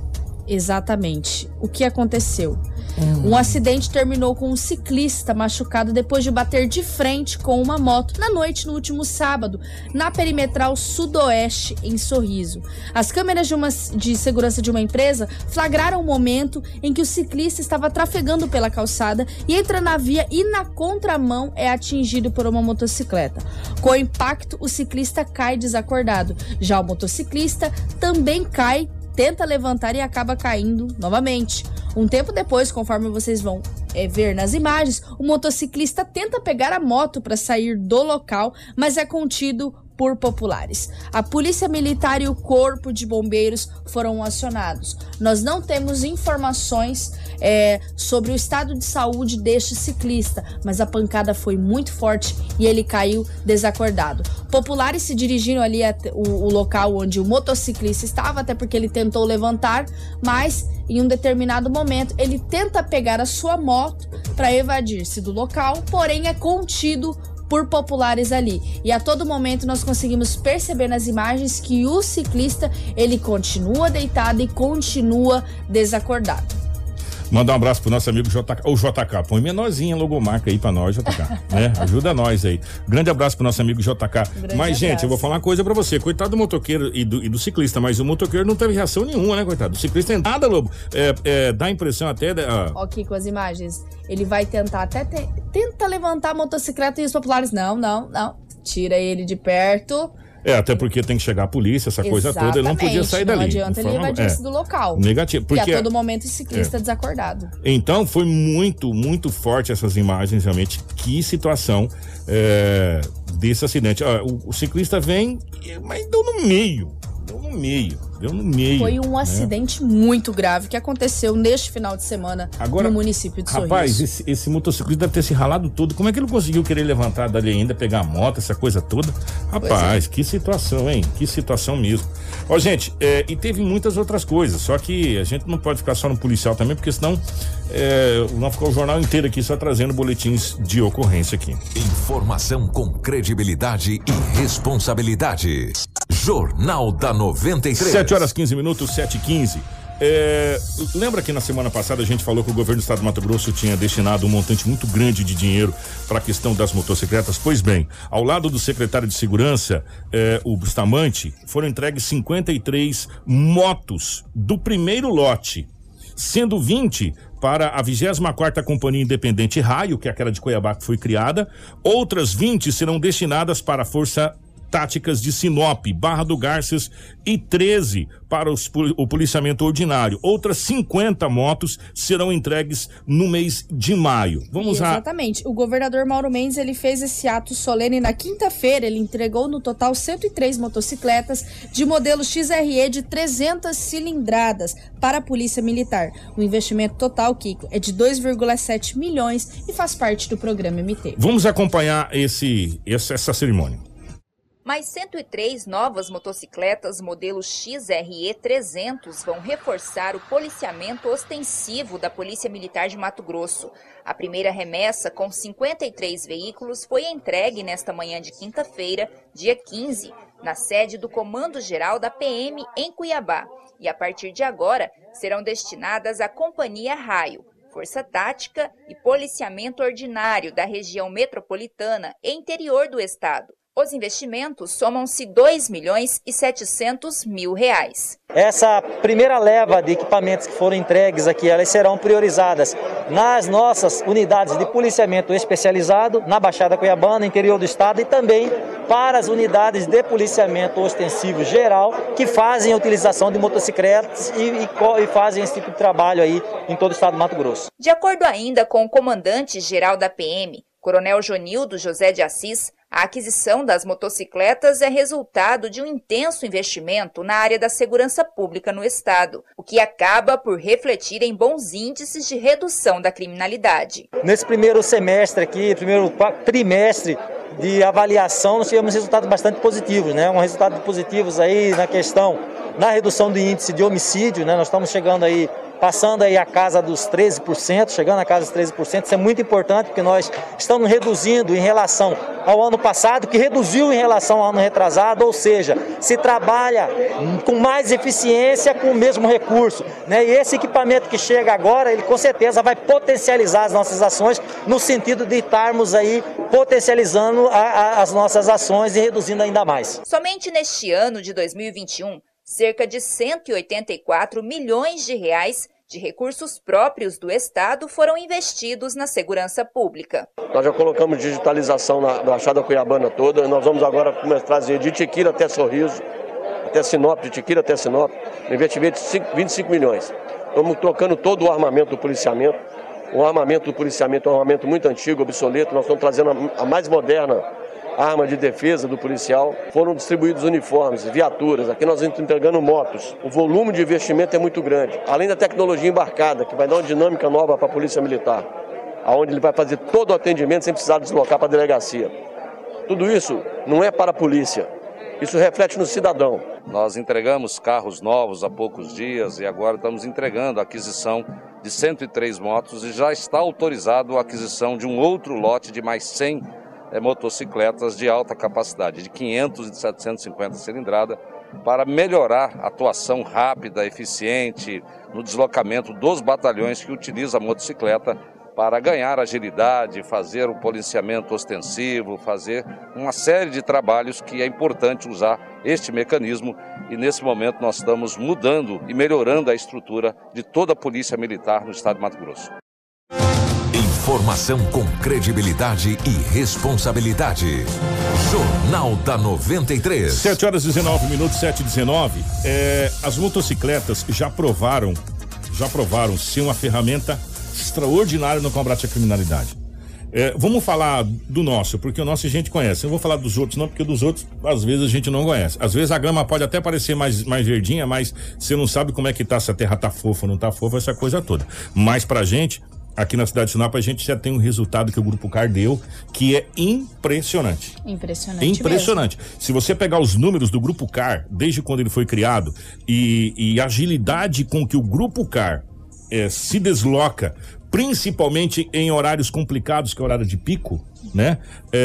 Exatamente. O que aconteceu? Um acidente terminou com um ciclista machucado depois de bater de frente com uma moto na noite no último sábado, na perimetral sudoeste, em Sorriso. As câmeras de segurança de uma empresa flagraram o momento em que o ciclista estava trafegando pela calçada e entra na via e na contramão é atingido por uma motocicleta. Com o impacto, o ciclista cai desacordado. Já o motociclista também cai, tenta levantar e acaba caindo novamente. Um tempo depois, conforme vocês vão ver nas imagens, o motociclista tenta pegar a moto para sair do local, mas é contido por populares. A Polícia Militar e o Corpo de Bombeiros foram acionados. Nós não temos informações sobre o estado de saúde deste ciclista, mas a pancada foi muito forte e ele caiu desacordado. Populares se dirigiram ali até o local onde o motociclista estava, até porque ele tentou levantar, mas em um determinado momento ele tenta pegar a sua moto para evadir-se do local, porém é contido por populares ali. E a todo momento nós conseguimos perceber nas imagens que o ciclista, ele continua deitado e continua desacordado. Mandar um abraço pro nosso amigo JK. Ô, JK, põe menorzinha a logomarca aí pra nós, JK. Né? Ajuda nós aí. Grande abraço pro nosso amigo JK. Mas, gente, eu vou falar uma coisa pra você. Coitado do motoqueiro e do ciclista, mas o motoqueiro não teve reação nenhuma, né, coitado? O ciclista é nada, Lobo. Dá a impressão até... Ó, aqui com as imagens. Ele vai tentar até... Tenta levantar a motocicleta e os populares... Não. Tira ele de perto... até porque tem que chegar a polícia, essa coisa toda, ele não podia sair dali. Não adianta ele evadir-se do local. Negativo. Porque a todo momento o ciclista desacordado. Então foi muito, muito forte essas imagens, realmente. Que situação desse acidente. O ciclista vem, mas deu no meio. Foi um acidente muito grave que aconteceu neste final de semana no município de Sorriso. Rapaz, esse motociclista deve ter se ralado todo. Como é que ele conseguiu querer levantar dali ainda, pegar a moto, essa coisa toda? Rapaz, que situação, hein? Que situação mesmo. Ó, gente, e teve muitas outras coisas, só que a gente não pode ficar só no policial também, porque senão não ficar o jornal inteiro aqui só trazendo boletins de ocorrência aqui. Informação com credibilidade e responsabilidade. Jornal da 93. 7h15, 7h15. Lembra que na semana passada a gente falou que o governo do estado do Mato Grosso tinha destinado um montante muito grande de dinheiro para a questão das motocicletas? Pois bem, ao lado do secretário de Segurança, o Bustamante, foram entregues 53 motos do primeiro lote, sendo 20 para a 24ª Companhia Independente Raio, que é aquela de Cuiabá que foi criada. Outras 20 serão destinadas para a Força Táticas de Sinop, Barra do Garças e 13 para o policiamento ordinário. Outras 50 motos serão entregues no mês de maio. Exatamente. O governador Mauro Mendes, ele fez esse ato solene na quinta-feira. Ele entregou no total 103 motocicletas de modelo XRE de 300 cilindradas para a Polícia Militar. O investimento total, Kiko, é de 2,7 milhões e faz parte do programa MT. Vamos acompanhar essa cerimônia. Mais 103 novas motocicletas modelo XRE 300 vão reforçar o policiamento ostensivo da Polícia Militar de Mato Grosso. A primeira remessa, com 53 veículos, foi entregue nesta manhã de quinta-feira, dia 15, na sede do Comando Geral da PM em Cuiabá. E a partir de agora, serão destinadas à Companhia Raio, Força Tática e Policiamento Ordinário da região metropolitana e interior do estado. Os investimentos somam-se R$2.700.000. Essa primeira leva de equipamentos que foram entregues aqui, elas serão priorizadas nas nossas unidades de policiamento especializado, na Baixada Cuiabana, interior do estado, e também para as unidades de policiamento ostensivo geral, que fazem a utilização de motocicletas e fazem esse tipo de trabalho aí em todo o estado do Mato Grosso. De acordo ainda com o comandante-geral da PM, Coronel Jonildo José de Assis, A aquisição das motocicletas é resultado de um intenso investimento na área da segurança pública no estado, o que acaba por refletir em bons índices de redução da criminalidade. Nesse primeiro semestre aqui, primeiro trimestre de avaliação, nós tivemos resultados bastante positivos, né? Um resultado positivos aí na redução do índice de homicídio, né? Nós estamos chegando aí, passando aí a casa dos 13%, chegando a casa dos 13%, isso é muito importante porque nós estamos reduzindo em relação ao ano passado, que reduziu em relação ao ano retrasado, ou seja, se trabalha com mais eficiência com o mesmo recurso, né? E esse equipamento que chega agora, ele com certeza vai potencializar as nossas ações no sentido de estarmos aí potencializando as nossas ações e reduzindo ainda mais. Somente neste ano de 2021, cerca de 184 milhões de reais de recursos próprios do Estado foram investidos na segurança pública. Nós já colocamos digitalização na Baixada Cuiabana toda, nós vamos agora começar a trazer de Tiquira até Sorriso, até Sinop, de Tiquira até Sinop, um investimento de 25 milhões. Estamos trocando todo o armamento do policiamento. O armamento do policiamento é um armamento muito antigo, obsoleto, nós estamos trazendo a mais moderna arma de defesa do policial. Foram distribuídos uniformes, viaturas, aqui nós estamos entregando motos. O volume de investimento é muito grande, além da tecnologia embarcada, que vai dar uma dinâmica nova para a Polícia Militar, onde ele vai fazer todo o atendimento sem precisar deslocar para a delegacia. Tudo isso não é para a polícia, isso reflete no cidadão. Nós entregamos carros novos há poucos dias e agora estamos entregando a aquisição de 103 motos e já está autorizado a aquisição de um outro lote de mais 100 motocicletas de alta capacidade, de 500 e de 750 cilindrada, para melhorar a atuação rápida, eficiente no deslocamento dos batalhões que utilizam a motocicleta para ganhar agilidade, fazer o policiamento ostensivo, fazer uma série de trabalhos que é importante usar este mecanismo e nesse momento nós estamos mudando e melhorando a estrutura de toda a Polícia Militar no estado de Mato Grosso. Informação com credibilidade e responsabilidade. Jornal da 93. 7 horas e 19 minutos, 7h19. As motocicletas já provaram ser uma ferramenta extraordinária no combate à criminalidade. Vamos falar do nosso, porque o nosso a gente conhece. Eu não vou falar dos outros não, porque dos outros às vezes a gente não conhece. Às vezes a grama pode até parecer mais verdinha, mas você não sabe como é que tá, se a terra tá fofa ou não tá fofa, essa coisa toda. Mas pra gente, aqui na cidade de Sinop, a gente já tem um resultado que o Grupo Car deu, que é impressionante. Impressionante. Mesmo. Se você pegar os números do Grupo Car, desde quando ele foi criado, e a agilidade com que o Grupo Car se desloca, principalmente em horários complicados, que é o horário de pico, né?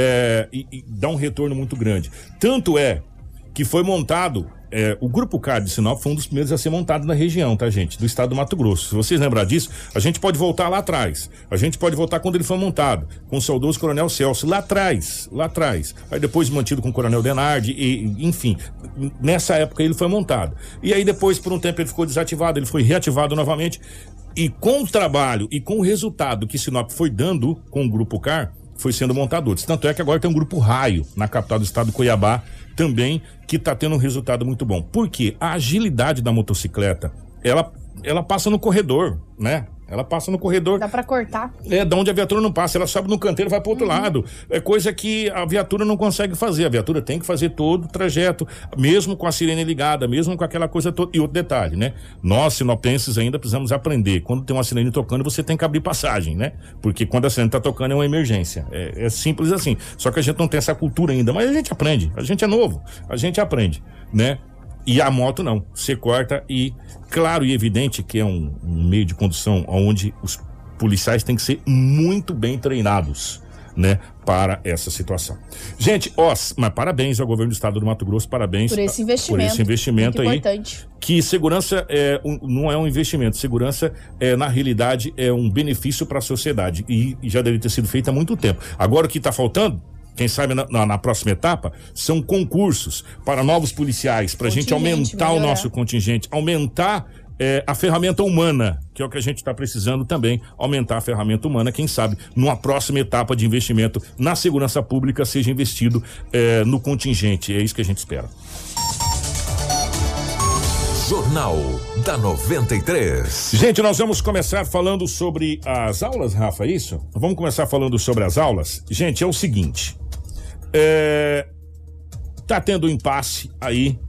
E dá um retorno muito grande. Tanto é que foi montado, o Grupo Car de Sinop foi um dos primeiros a ser montado na região, tá, gente? Do estado do Mato Grosso. Se vocês lembrar disso, a gente pode voltar lá atrás. A gente pode voltar quando ele foi montado, com o saudoso Coronel Celso, lá atrás. Aí depois mantido com o Coronel Denardi, enfim, nessa época ele foi montado. E aí depois, por um tempo, ele ficou desativado, ele foi reativado novamente. E com o trabalho e com o resultado que Sinop foi dando com o Grupo Car, foi sendo montado outros. Tanto é que agora tem um Grupo Raio na capital do estado, Cuiabá, também, que está tendo um resultado muito bom. Porque a agilidade da motocicleta, ela passa no corredor, né? Ela passa no corredor. Dá pra cortar. Da onde a viatura não passa. Ela sobe no canteiro e vai pro outro lado. É coisa que a viatura não consegue fazer. A viatura tem que fazer todo o trajeto, mesmo com a sirene ligada, mesmo com aquela coisa toda. E outro detalhe, né? Nós, sinopenses, ainda precisamos aprender. Quando tem uma sirene tocando, você tem que abrir passagem, né? Porque quando a sirene tá tocando é uma emergência. É simples assim. Só que a gente não tem essa cultura ainda. Mas a gente aprende. A gente é novo. A gente aprende, né? E a moto não, você corta e claro e evidente que é um meio de condução onde os policiais têm que ser muito bem treinados, né, para essa situação. Gente, mas parabéns ao governo do estado do Mato Grosso, parabéns por esse investimento aí. Importante. Que segurança não é um investimento, segurança na realidade é um benefício para a sociedade e já deve ter sido feito há muito tempo. Agora o que está faltando, quem sabe na próxima etapa, são concursos para novos policiais, para a gente aumentar o nosso contingente, aumentar a ferramenta humana, que é o que a gente está precisando também, aumentar a ferramenta humana, quem sabe numa próxima etapa de investimento na segurança pública seja investido no contingente, é isso que a gente espera. Jornal da 93. Gente, nós vamos começar falando sobre as aulas, Rafa, é isso? Vamos começar falando sobre as aulas? Gente, é o seguinte, Tá tendo impasse aí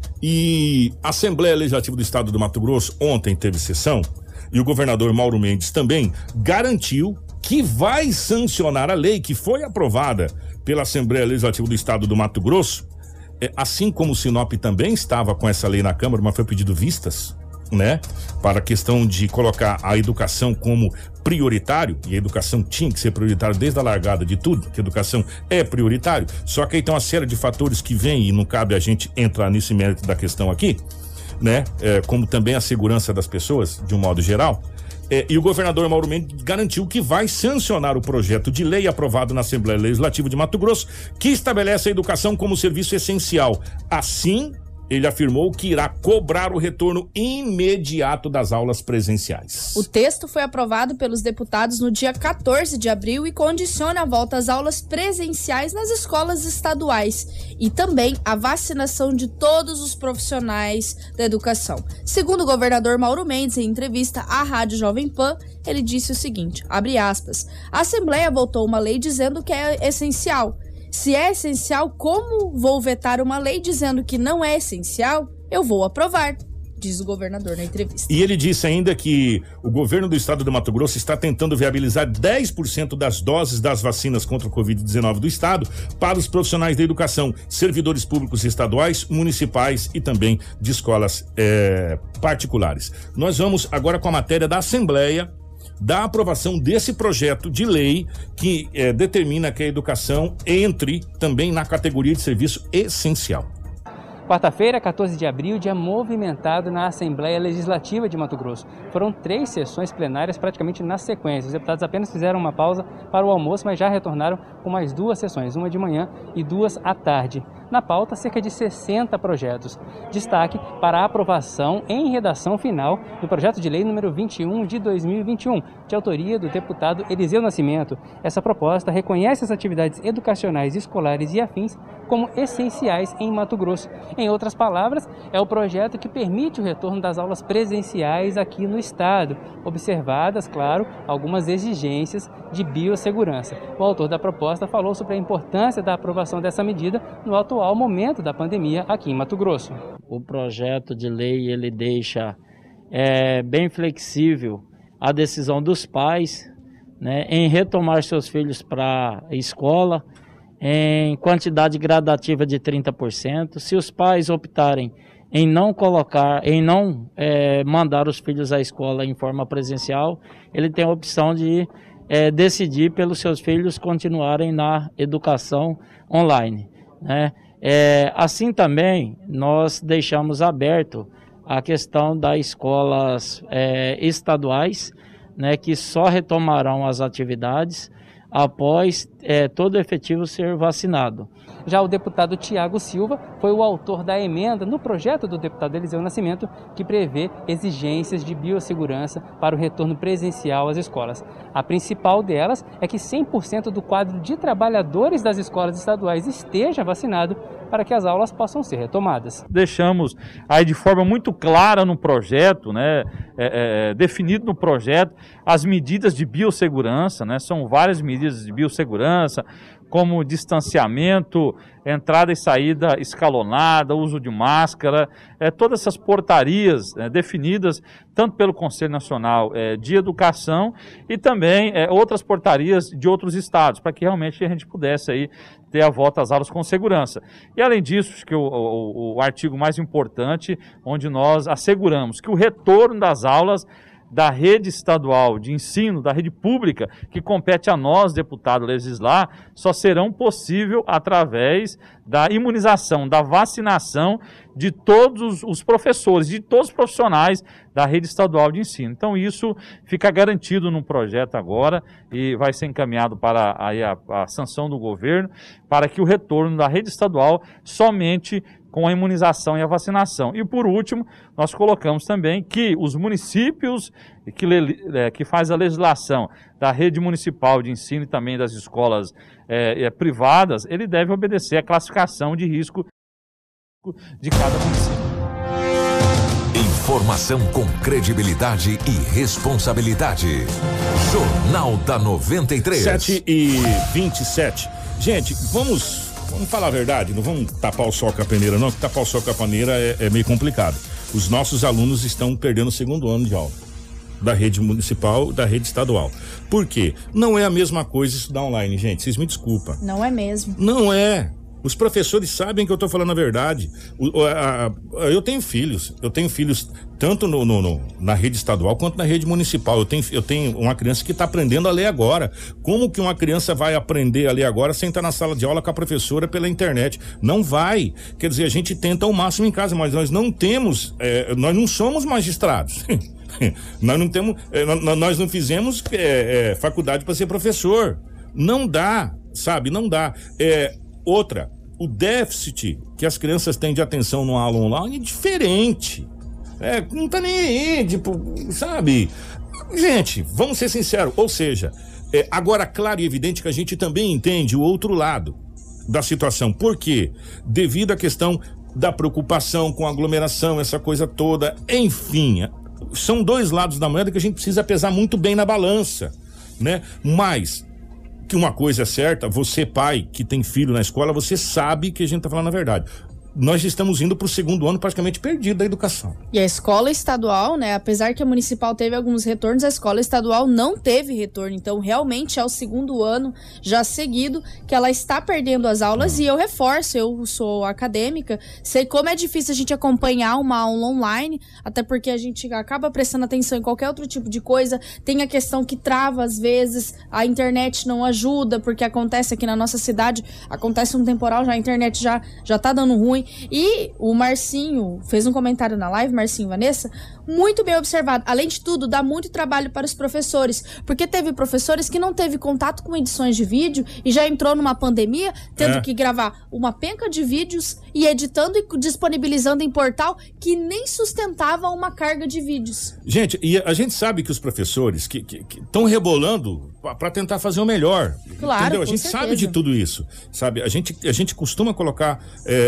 e a Assembleia Legislativa do Estado do Mato Grosso ontem teve sessão e o governador Mauro Mendes também garantiu que vai sancionar a lei que foi aprovada pela Assembleia Legislativa do Estado do Mato Grosso, assim como o Sinop também estava com essa lei na Câmara, mas foi pedido vistas, né? Para a questão de colocar a educação como prioritário, e a educação tinha que ser prioritária desde a largada de tudo, que a educação é prioritário, só que aí tem uma série de fatores que vem e não cabe a gente entrar nesse mérito da questão aqui, né? Como também a segurança das pessoas, de um modo geral. E o governador Mauro Mendes garantiu que vai sancionar o projeto de lei aprovado na Assembleia Legislativa de Mato Grosso, que estabelece a educação como serviço essencial. Assim, ele afirmou que irá cobrar o retorno imediato das aulas presenciais. O texto foi aprovado pelos deputados no dia 14 de abril e condiciona a volta às aulas presenciais nas escolas estaduais e também a vacinação de todos os profissionais da educação. Segundo o governador Mauro Mendes, em entrevista à Rádio Jovem Pan, ele disse o seguinte, abre aspas, a Assembleia votou uma lei dizendo que é essencial. Se é essencial, como vou vetar uma lei dizendo que não é essencial? Eu vou aprovar, diz o governador na entrevista. E ele disse ainda que o governo do estado do Mato Grosso está tentando viabilizar 10% das doses das vacinas contra o Covid-19 do estado para os profissionais da educação, servidores públicos estaduais, municipais e também de escolas particulares. Nós vamos agora com a matéria da Assembleia, da aprovação desse projeto de lei que determina que a educação entre também na categoria de serviço essencial. Quarta-feira, 14 de abril, dia movimentado na Assembleia Legislativa de Mato Grosso. Foram 3 sessões plenárias praticamente na sequência. Os deputados apenas fizeram uma pausa para o almoço, mas já retornaram com mais 2 sessões, uma de manhã e 2 à tarde. Na pauta, cerca de 60 projetos. Destaque para a aprovação em redação final do projeto de lei número 21 de 2021, de autoria do deputado Eliseu Nascimento. Essa proposta reconhece as atividades educacionais, escolares e afins como essenciais em Mato Grosso. Em outras palavras, é o projeto que permite o retorno das aulas presenciais aqui no estado, observadas, claro, algumas exigências de biossegurança. O autor da proposta falou sobre a importância da aprovação dessa medida no atual momento da pandemia aqui em Mato Grosso. O projeto de lei ele deixa bem flexível a decisão dos pais, né, em retomar seus filhos para a escola em quantidade gradativa de 30%. Se os pais optarem em não mandar os filhos à escola em forma presencial, ele tem a opção de decidir pelos seus filhos continuarem na educação online, né? Assim também nós deixamos aberto a questão das escolas estaduais, né, que só retomarão as atividades após todo efetivo ser vacinado. Já o deputado Tiago Silva foi o autor da emenda no projeto do deputado Eliseu Nascimento, que prevê exigências de biossegurança para o retorno presencial às escolas. A principal delas é que 100% do quadro de trabalhadores das escolas estaduais esteja vacinado para que as aulas possam ser retomadas. Deixamos aí de forma muito clara no projeto, né, definido no projeto, as medidas de biossegurança, né, são várias medidas de biossegurança, como distanciamento, entrada e saída escalonada, uso de máscara, todas essas portarias definidas tanto pelo Conselho Nacional de Educação e também outras portarias de outros estados, para que realmente a gente pudesse aí ter a volta às aulas com segurança. E além disso, acho que o artigo mais importante, onde nós asseguramos que o retorno das aulas da rede estadual de ensino, da rede pública, que compete a nós, deputado, legislar, só serão possível através da imunização, da vacinação de todos os professores, de todos os profissionais da rede estadual de ensino. Então isso fica garantido no projeto agora e vai ser encaminhado para a sanção do governo, para que o retorno da rede estadual somente com a imunização e a vacinação. E por último, nós colocamos também que os municípios que faz a legislação da rede municipal de ensino e também das escolas privadas, ele deve obedecer à classificação de risco de cada município. Informação com credibilidade e responsabilidade. Jornal da 93. 7h27. Gente, vamos vamos falar a verdade, não vamos tapar o sol com a peneira não, porque tapar o sol com a peneira é meio complicado. Os nossos alunos estão perdendo o segundo ano de aula, da rede municipal, da rede estadual. Por quê? Não é a mesma coisa estudar online, gente, vocês me desculpam. Não é mesmo. Não é. Os professores sabem que eu tô falando a verdade. Eu tenho filhos tanto na rede estadual quanto na rede municipal. Eu tenho uma criança que está aprendendo a ler agora. Como que uma criança vai aprender a ler agora sem estar na sala de aula com a professora pela internet? Não vai. Quer dizer, a gente tenta ao máximo em casa, mas nós não temos, nós não somos magistrados. Nós não fizemos faculdade para ser professor. Não dá, sabe? Não dá. Outra, o déficit que as crianças têm de atenção no aula online é diferente. Não tá nem aí, tipo, sabe? Gente, vamos ser sinceros, ou seja, agora claro e evidente que a gente também entende o outro lado da situação. Por quê? Devido à questão da preocupação com a aglomeração, essa coisa toda, enfim, são dois lados da moeda que a gente precisa pesar muito bem na balança, né? Mas que uma coisa é certa, você pai que tem filho na escola, você sabe que a gente tá falando a verdade. Nós estamos indo para o segundo ano praticamente perdido da educação. E a escola estadual, né, apesar que a municipal teve alguns retornos, a escola estadual não teve retorno. Então, realmente é o segundo ano já seguido que ela está perdendo as aulas. E eu reforço, eu sou acadêmica, sei como é difícil a gente acompanhar uma aula online, até porque a gente acaba prestando atenção em qualquer outro tipo de coisa. Tem a questão que trava às vezes, a internet não ajuda, porque acontece aqui na nossa cidade, acontece um temporal, já a internet já tá dando ruim. E o Marcinho fez um comentário na live, Marcinho e Vanessa, muito bem observado. Além de tudo, dá muito trabalho para os professores, porque teve professores que não teve contato com edições de vídeo e já entrou numa pandemia, tendo que gravar uma penca de vídeos e editando e disponibilizando em portal que nem sustentava uma carga de vídeos. Gente, e a gente sabe que os professores que estão rebolando para tentar fazer o melhor. Claro, entendeu? A gente sabe de tudo isso, sabe? A gente costuma colocar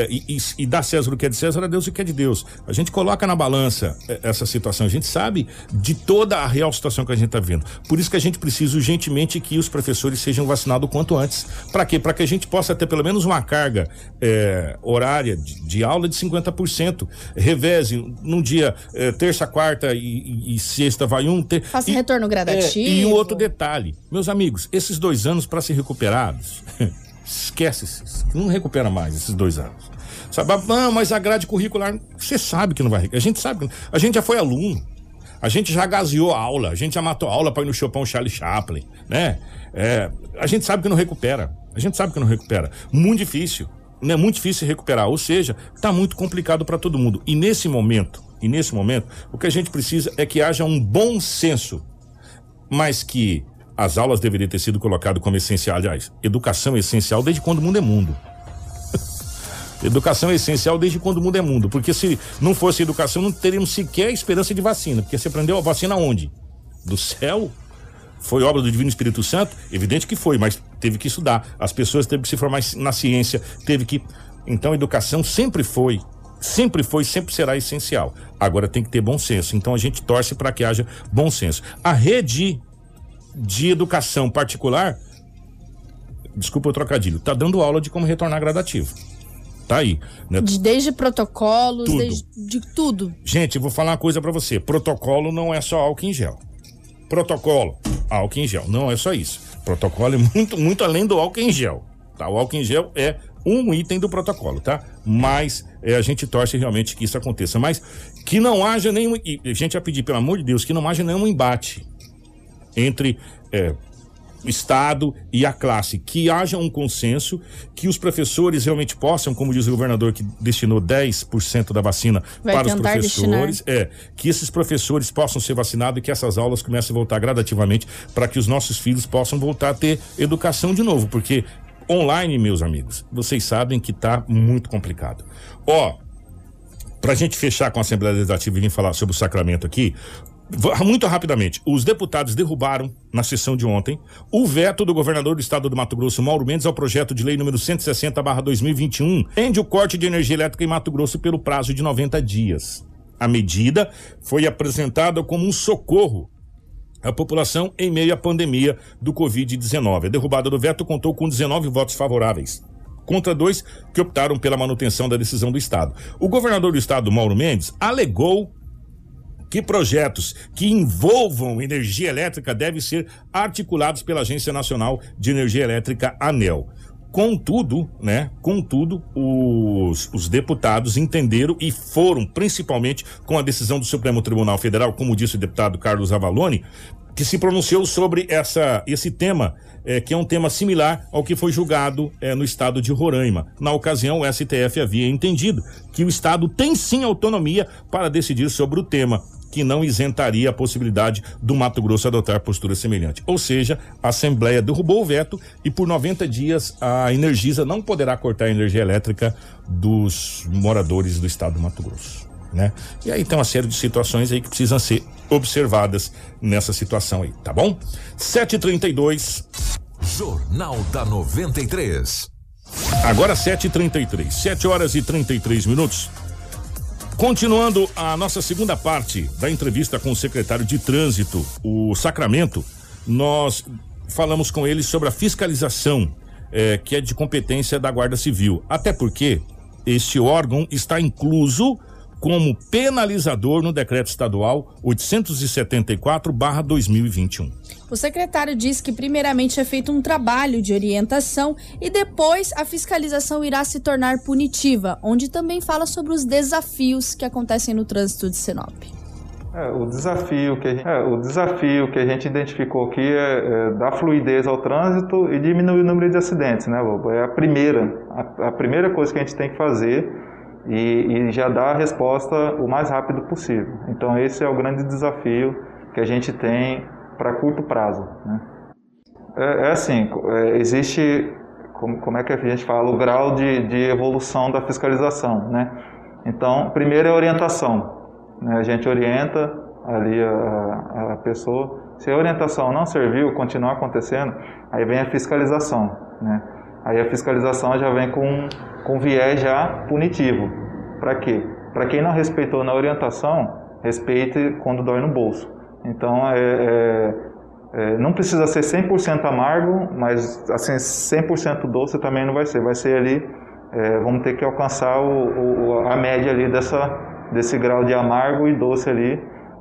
e dar César o que é de César, a Deus o que é de Deus. A gente coloca na balança essa situação, a gente sabe de toda a real situação que a gente está vendo. Por isso que a gente precisa urgentemente que os professores sejam vacinados o quanto antes. Para quê? Para que a gente possa ter pelo menos uma carga horária de aula de 50%. Reveze num dia, terça, quarta e sexta vai um. Faça retorno gradativo. E um outro detalhe, meus amigos, esses 2 anos para ser recuperados, esquece-se, não recupera mais esses 2 anos. Sabe, mas a grade curricular, você sabe que não vai. A gente sabe que a gente já foi aluno. A gente já gaseou a aula, a gente já matou a aula para ir no Chopin Charlie Chaplin, né? A gente sabe que não recupera. A gente sabe que não recupera. Muito difícil, né? Muito difícil recuperar. Ou seja, tá muito complicado para todo mundo. E nesse momento, o que a gente precisa é que haja um bom senso, mas que as aulas deveriam ter sido colocadas como essencial. Aliás, educação é essencial desde quando o mundo é mundo. Educação é essencial desde quando o mundo é mundo, porque se não fosse educação não teríamos sequer esperança de vacina, porque você aprendeu a vacina onde? Do céu? Foi obra do Divino Espírito Santo? Evidente que foi, mas teve que estudar, as pessoas teve que se formar na ciência, então a educação sempre foi, sempre será essencial. Agora tem que ter bom senso, então a gente torce para que haja bom senso. A rede de educação particular, desculpa o trocadilho, tá dando aula de como retornar gradativo. Tá aí, né? Desde protocolos, de tudo. Gente, eu vou falar uma coisa pra você. Protocolo não é só álcool em gel. Protocolo, álcool em gel. Não é só isso. Protocolo é muito, muito além do álcool em gel. Tá? O álcool em gel é um item do protocolo, tá? Mas a gente torce realmente que isso aconteça. Mas que não haja nenhum... E a gente vai pedir, pelo amor de Deus, que não haja nenhum embate entre... o Estado e a classe, que haja um consenso, que os professores realmente possam, como diz o governador que destinou 10% da vacina para os professores, que esses professores possam ser vacinados e que essas aulas comecem a voltar gradativamente para que os nossos filhos possam voltar a ter educação de novo, porque online, meus amigos, vocês sabem que tá muito complicado. Pra gente fechar com a Assembleia Legislativa e vir falar sobre o sacramento aqui, muito rapidamente, os deputados derrubaram na sessão de ontem o veto do governador do estado do Mato Grosso, Mauro Mendes, ao projeto de lei número 160/2021, tende o corte de energia elétrica em Mato Grosso pelo prazo de 90 dias. A medida foi apresentada como um socorro à população em meio à pandemia do Covid-19. A derrubada do veto contou com 19 votos favoráveis. contra 2 que optaram pela manutenção da decisão do Estado. O governador do Estado, Mauro Mendes, alegou que projetos que envolvam energia elétrica devem ser articulados pela Agência Nacional de Energia Elétrica, ANEEL. Contudo, os deputados entenderam e foram, principalmente com a decisão do Supremo Tribunal Federal, como disse o deputado Carlos Avalone, que se pronunciou sobre esse tema, que é um tema similar ao que foi julgado no estado de Roraima. Na ocasião, o STF havia entendido que o estado tem sim autonomia para decidir sobre o tema, que não isentaria a possibilidade do Mato Grosso adotar postura semelhante. Ou seja, a Assembleia derrubou o veto e por 90 dias a Energisa não poderá cortar a energia elétrica dos moradores do estado do Mato Grosso, né? E aí tem uma série de situações aí que precisam ser observadas nessa situação aí, tá bom? 7h32. Jornal da 93. Agora 7h33, 7h33. Continuando a nossa segunda parte da entrevista com o secretário de Trânsito, o Sacramento, nós falamos com ele sobre a fiscalização, que é de competência da Guarda Civil. Até porque este órgão está incluso como penalizador no decreto estadual 874/2021. O secretário diz que primeiramente é feito um trabalho de orientação e depois a fiscalização irá se tornar punitiva, onde também fala sobre os desafios que acontecem no trânsito de Sinop. O desafio que a gente identificou aqui é dar fluidez ao trânsito e diminuir o número de acidentes, né, Lobo? É a primeira coisa que a gente tem que fazer e já dar a resposta o mais rápido possível. Então esse é o grande desafio que a gente tem para curto prazo, né? Existe, como é que a gente fala, o grau de evolução da fiscalização, né? Então, primeiro é a orientação, né? A gente orienta ali a pessoa. Se a orientação não serviu, continuar acontecendo, aí vem a fiscalização, né? Aí a fiscalização já vem com viés já punitivo. Para quê? Para quem não respeitou na orientação, respeite quando dói no bolso. Então, não precisa ser 100% amargo, mas assim, 100% doce também não vai ser. Vai ser ali, vamos ter que alcançar a média ali desse grau de amargo e doce ali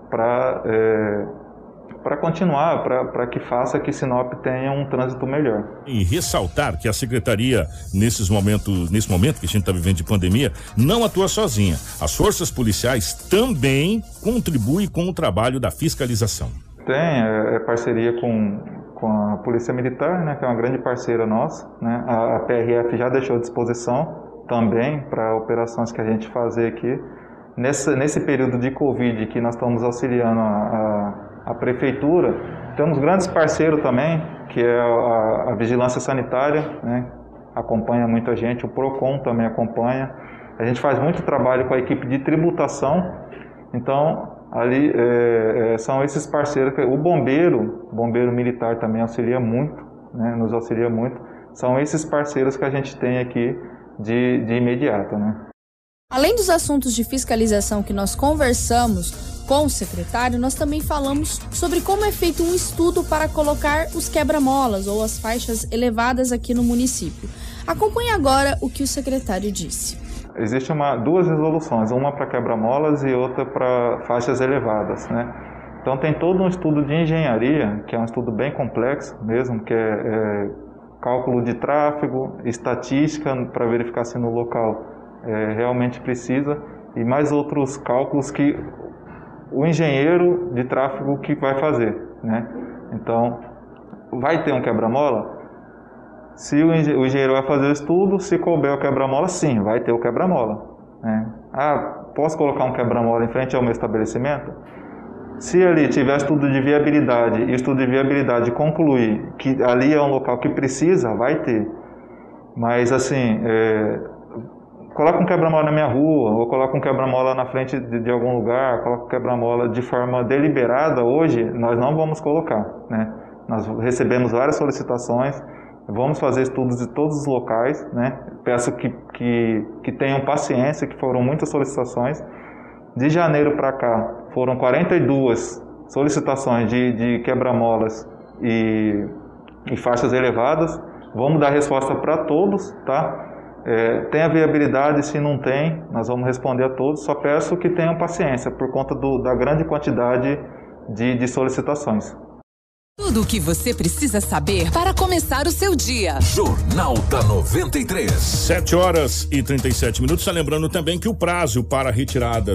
para continuar, para que faça que Sinop tenha um trânsito melhor. E ressaltar que a Secretaria, nesse momento que a gente está vivendo de pandemia, não atua sozinha. As forças policiais também contribuem com o trabalho da fiscalização. Tem parceria com a Polícia Militar, né, que é uma grande parceira nossa, né? A PRF já deixou à disposição também para operações que a gente fazer aqui. Nesse período de Covid que nós estamos auxiliando a Prefeitura, temos grandes parceiros também, que é a Vigilância Sanitária, né? Acompanha muita gente, o PROCON também acompanha. A gente faz muito trabalho com a equipe de tributação, então ali são esses parceiros. O bombeiro militar também auxilia muito, né? Nos auxilia muito. São esses parceiros que a gente tem aqui de imediato, né? Além dos assuntos de fiscalização que nós conversamos com o secretário, nós também falamos sobre como é feito um estudo para colocar os quebra-molas ou as faixas elevadas aqui no município. Acompanhe agora o que o secretário disse. Existem duas resoluções, uma para quebra-molas e outra para faixas elevadas, né? Então tem todo um estudo de engenharia, que é um estudo bem complexo mesmo, que é cálculo de tráfego, estatística para verificar se no local realmente precisa, e mais outros cálculos que o engenheiro de tráfego que vai fazer, né? Então, vai ter um quebra-mola? Se o engenheiro vai fazer o estudo, se couber o quebra-mola, sim, vai ter o quebra-mola, né? Posso colocar um quebra-mola em frente ao meu estabelecimento? Se ali tiver estudo de viabilidade e o estudo de viabilidade concluir que ali é um local que precisa, vai ter. Mas assim, coloca um quebra-mola na minha rua, ou coloca um quebra-mola na frente de algum lugar, coloca um quebra-mola de forma deliberada, hoje nós não vamos colocar, né? Nós recebemos várias solicitações, vamos fazer estudos de todos os locais, né? Peço que tenham paciência, que foram muitas solicitações. De janeiro para cá, foram 42 solicitações de quebra-molas e faixas elevadas. Vamos dar resposta para todos, tá? Tem a viabilidade? Se não tem, nós vamos responder a todos. Só peço que tenham paciência por conta da grande quantidade de solicitações. Tudo o que você precisa saber para começar o seu dia. Jornal da 93. 7h37. Só lembrando também que o prazo para a retirada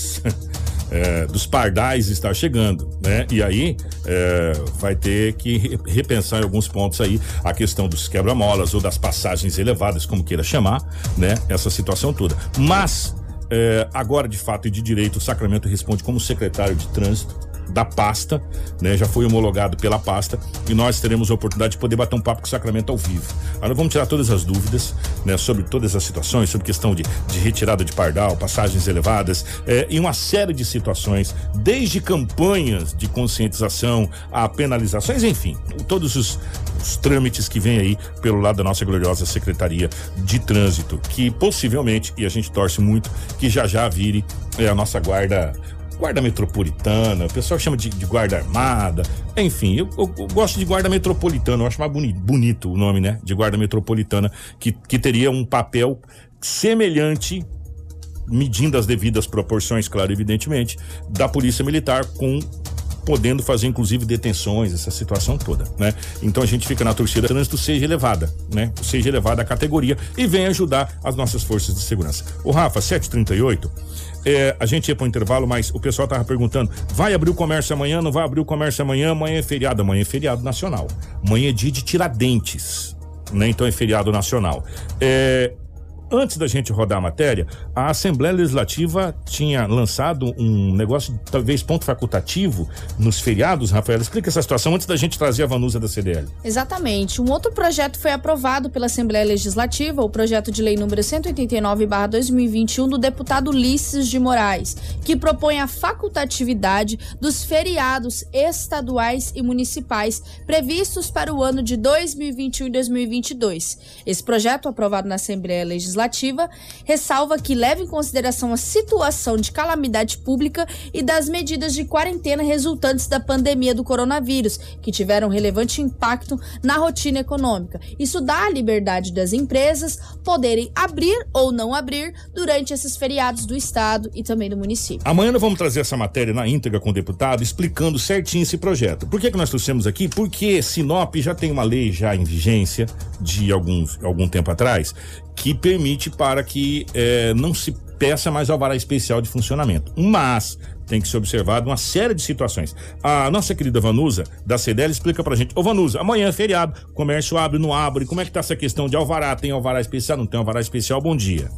dos pardais está chegando, né? E aí vai ter que repensar em alguns pontos aí a questão dos quebra-molas ou das passagens elevadas, como queira chamar, né? Essa situação toda. Mas agora, de fato e de direito, o Sacramento responde como secretário de trânsito da pasta, né? Já foi homologado pela pasta e nós teremos a oportunidade de poder bater um papo com o Sacramento ao vivo. Agora vamos tirar todas as dúvidas, né? Sobre todas as situações, sobre questão de retirada de pardal, passagens elevadas, e uma série de situações, desde campanhas de conscientização a penalizações, enfim, todos os trâmites que vêm aí pelo lado da nossa gloriosa Secretaria de Trânsito, que possivelmente, e a gente torce muito, que já vire a nossa guarda metropolitana, o pessoal chama de guarda armada, enfim, eu gosto de guarda metropolitana, eu acho mais bonito o nome, né, de guarda metropolitana, que teria um papel semelhante, medindo as devidas proporções, claro, evidentemente, da Polícia Militar, podendo fazer inclusive detenções, essa situação toda, né? Então a gente fica na torcida, o trânsito seja elevada, né? Seja elevada a categoria e venha ajudar as nossas forças de segurança. O Rafa, 7h38, a gente ia para o intervalo, mas o pessoal tava perguntando, vai abrir o comércio amanhã, não vai abrir o comércio amanhã? Amanhã é feriado nacional, amanhã é dia de Tiradentes, né? Então é feriado nacional. Antes da gente rodar a matéria, a Assembleia Legislativa tinha lançado um negócio, talvez ponto facultativo, nos feriados. Rafael, explica essa situação antes da gente trazer a Vanusa da CDL. Exatamente. Um outro projeto foi aprovado pela Assembleia Legislativa, o projeto de lei número 189/2021 do deputado Ulisses de Moraes, que propõe a facultatividade dos feriados estaduais e municipais previstos para o ano de 2021 e 2022. Esse projeto, aprovado na Assembleia Legislativa, ressalva que leva em consideração a situação de calamidade pública e das medidas de quarentena resultantes da pandemia do coronavírus, que tiveram relevante impacto na rotina econômica. Isso dá a liberdade das empresas poderem abrir ou não abrir durante esses feriados do estado e também do município. Amanhã nós vamos trazer essa matéria na íntegra com o deputado, explicando certinho esse projeto. Por que nós trouxemos aqui? Porque Sinop já tem uma lei já em vigência de algum tempo atrás, que permite para que não se peça mais alvará especial de funcionamento. Mas tem que ser observado uma série de situações. A nossa querida Vanusa, da CDL, explica pra gente. Ô Vanusa, amanhã é feriado, comércio abre, não abre, como é que tá essa questão de alvará? Tem alvará especial, não tem alvará especial? Bom dia.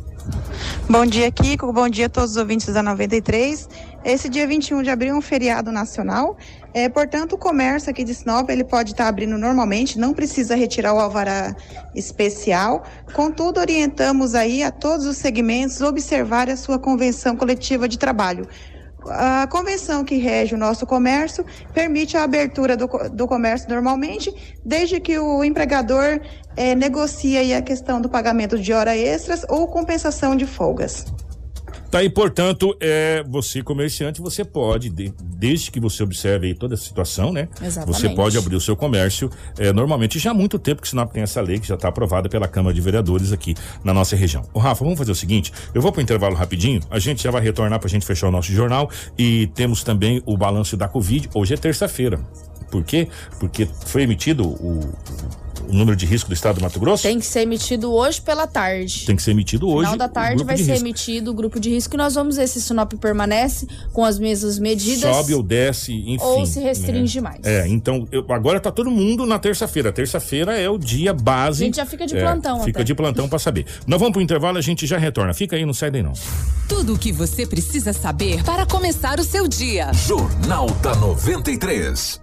Bom dia, Kiko. Bom dia a todos os ouvintes da 93. Esse dia 21 de abril é um feriado nacional. Portanto, o comércio aqui de Sinop, ele pode estar abrindo normalmente, não precisa retirar o alvará especial. Contudo, orientamos aí a todos os segmentos observar a sua convenção coletiva de trabalho. A convenção que rege o nosso comércio permite a abertura do comércio normalmente, desde que o empregador negocie aí a questão do pagamento de horas extras ou compensação de folgas. Tá aí, portanto, você comerciante, você pode, desde que você observe aí toda a situação, né? Exatamente. Você pode abrir o seu comércio, normalmente já há muito tempo que Sinop tem essa lei que já está aprovada pela Câmara de Vereadores aqui na nossa região. Ô Rafa, vamos fazer o seguinte, eu vou pro intervalo rapidinho, a gente já vai retornar pra gente fechar o nosso jornal e temos também o balanço da Covid, hoje é terça-feira. Por quê? Porque foi emitido o número de risco do estado do Mato Grosso? Tem que ser emitido hoje pela tarde. Tem que ser emitido hoje. No final da tarde vai ser emitido o grupo de risco e nós vamos ver se Sinop permanece com as mesmas medidas. Sobe ou desce, enfim. Ou se restringe mais. Então, agora tá todo mundo na terça-feira. Terça-feira é o dia base. A gente já fica de plantão. Fica de plantão pra saber. Nós vamos pro intervalo, a gente já retorna. Fica aí, não sai daí não. Tudo o que você precisa saber para começar o seu dia. Jornal da 93.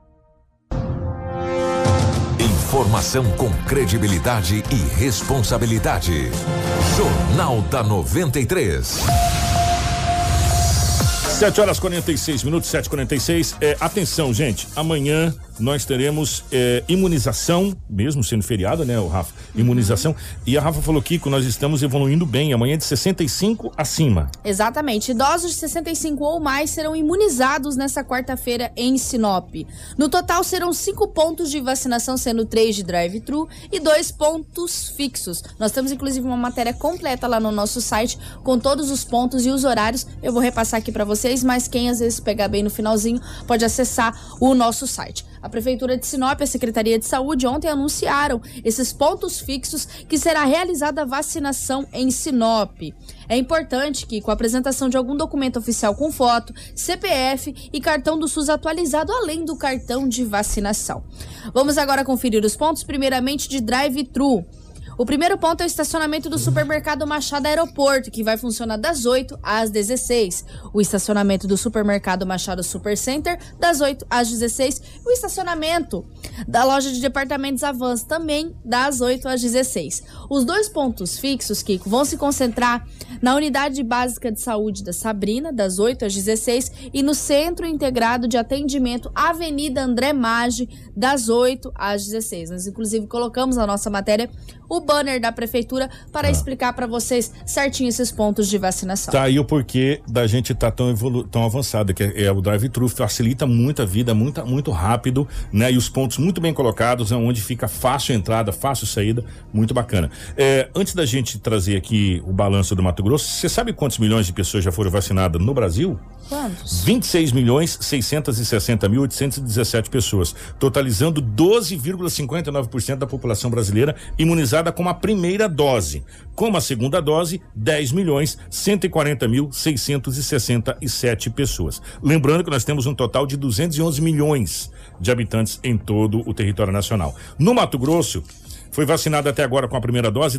Informação com credibilidade e responsabilidade. Jornal da 93. 7h46, 7h46. Atenção, gente. Amanhã nós teremos imunização, mesmo sendo feriado, né, o Rafa? Imunização. E a Rafa falou, Kiko, nós estamos evoluindo bem, amanhã de 65 acima. Exatamente. Idosos de 65 ou mais serão imunizados nessa quarta-feira em Sinop. No total, serão 5 pontos de vacinação, sendo 3 de drive-thru e 2 pontos fixos. Nós temos, inclusive, uma matéria completa lá no nosso site, com todos os pontos e os horários. Eu vou repassar aqui para vocês, mas quem às vezes pegar bem no finalzinho, pode acessar o nosso site. A Prefeitura de Sinop e a Secretaria de Saúde ontem anunciaram esses pontos fixos que será realizada a vacinação em Sinop. É importante que, com a apresentação de algum documento oficial com foto, CPF e cartão do SUS atualizado, além do cartão de vacinação. Vamos agora conferir os pontos, primeiramente de drive-thru. O primeiro ponto é o estacionamento do supermercado Machado Aeroporto, que vai funcionar das 8 às 16. O estacionamento do supermercado Machado Supercenter, das 8 às 16. O estacionamento da loja de departamentos Avans, também das 8 às 16. Os 2 pontos fixos, Kiko, vão se concentrar na Unidade Básica de Saúde da Sabrina, das 8 às 16, e no Centro Integrado de Atendimento Avenida André Maggi, das 8 às 16. Nós, inclusive, colocamos na nossa matéria o banner da Prefeitura para explicar para vocês certinho esses pontos de vacinação. Tá aí o porquê da gente estar tão avançado, que é o drive-thru, facilita muito a vida, muito rápido, né? E os pontos muito bem colocados, onde fica fácil entrada, fácil saída, muito bacana. Antes da gente trazer aqui o balanço do Mato Grosso, você sabe quantos milhões de pessoas já foram vacinadas no Brasil? Quantos? 26.660.817 pessoas, totalizando 12,59% da população brasileira imunizada com a primeira dose. Com a segunda dose, 10.140.667 pessoas. Lembrando que nós temos um total de 211 milhões de habitantes em todo o território nacional. No Mato Grosso, foi vacinado até agora com a primeira dose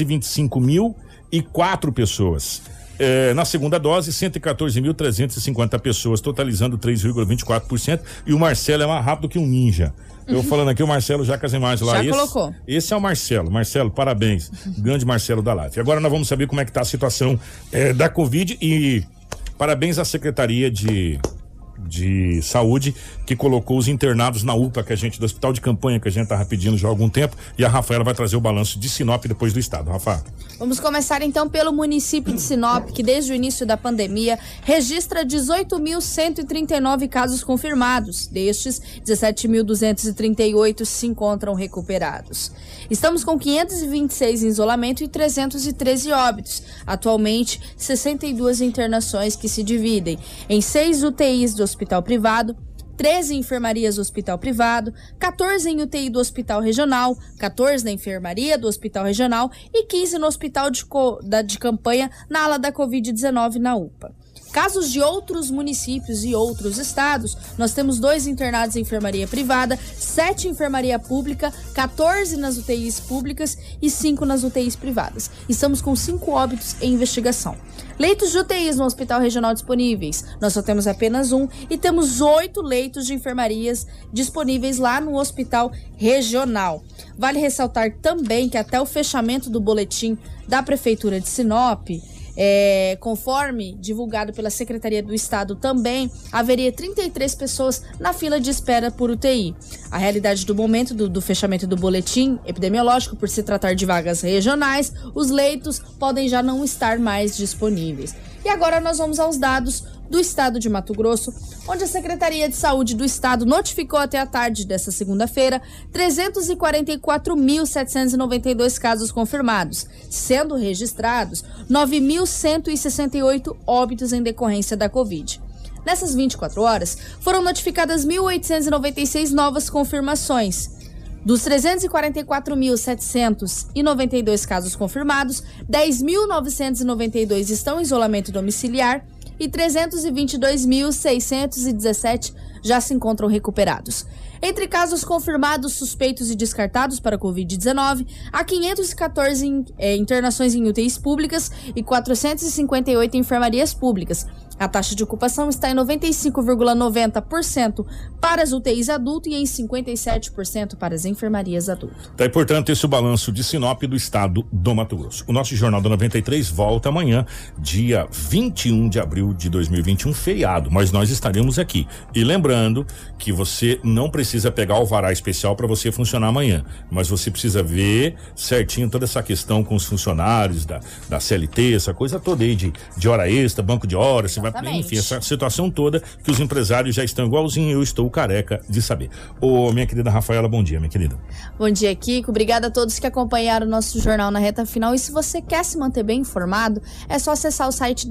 325.004 pessoas. Na segunda dose, 114.350 pessoas, totalizando 3,24%. E o Marcelo é mais rápido que um ninja. Eu falando aqui, o Marcelo já com as imagens lá. Já colocou. Esse é o Marcelo. Marcelo, parabéns. Grande Marcelo da Live. Agora nós vamos saber como é que tá a situação da Covid e parabéns à Secretaria de Saúde, que colocou os internados na UPA do Hospital de Campanha, que a gente tava pedindo já há algum tempo, e a Rafaela vai trazer o balanço de Sinop depois do estado. Rafa. Vamos começar então pelo município de Sinop, que desde o início da pandemia registra 18.139 casos confirmados. Destes, 17.238 se encontram recuperados. Estamos com 526 em isolamento e 313 óbitos. Atualmente, 62 internações que se dividem em 6 UTIs do hospital privado, 13 enfermarias do hospital privado, 14 em UTI do hospital regional, 14 na enfermaria do hospital regional e 15 no hospital de campanha na ala da Covid-19 na UPA. Casos de outros municípios e outros estados, nós temos 2 internados em enfermaria privada, 7 em enfermaria pública, 14 nas UTIs públicas e 5 nas UTIs privadas. Estamos com 5 óbitos em investigação. Leitos de UTIs no Hospital Regional disponíveis, nós só temos apenas 1 e temos 8 leitos de enfermarias disponíveis lá no Hospital Regional. Vale ressaltar também que até o fechamento do boletim da Prefeitura de Sinop, conforme divulgado pela Secretaria do Estado também, haveria 33 pessoas na fila de espera por UTI. A realidade do momento do fechamento do boletim epidemiológico, por se tratar de vagas regionais, os leitos podem já não estar mais disponíveis. E agora nós vamos aos dados do estado de Mato Grosso, onde a Secretaria de Saúde do estado notificou até a tarde desta segunda-feira 344.792 casos confirmados, sendo registrados 9.168 óbitos em decorrência da Covid. Nessas 24 horas, foram notificadas 1.896 novas confirmações. Dos 344.792 casos confirmados, 10.992 estão em isolamento domiciliar e 322.617 já se encontram recuperados. Entre casos confirmados, suspeitos e descartados para a Covid-19, há 514 internações em UTIs públicas e 458 em enfermarias públicas. A taxa de ocupação está em 95,90% para as UTIs adulto e em 57% para as enfermarias adulto. Tá aí, portanto, esse é o balanço de Sinop do estado do Mato Grosso. O nosso Jornal da 93 volta amanhã, dia 21 de abril de 2021, feriado, mas nós estaremos aqui. E lembrando que você não precisa pegar o alvará especial para você funcionar amanhã, mas você precisa ver certinho toda essa questão com os funcionários da CLT, essa coisa toda aí de hora extra, banco de horas, você vai, enfim, essa situação toda que os empresários já estão igualzinho, eu estou careca de saber. Ô, minha querida Rafaela, bom dia, minha querida. Bom dia, Kiko. Obrigada a todos que acompanharam o nosso jornal na reta final. E se você quer se manter bem informado, é só acessar o site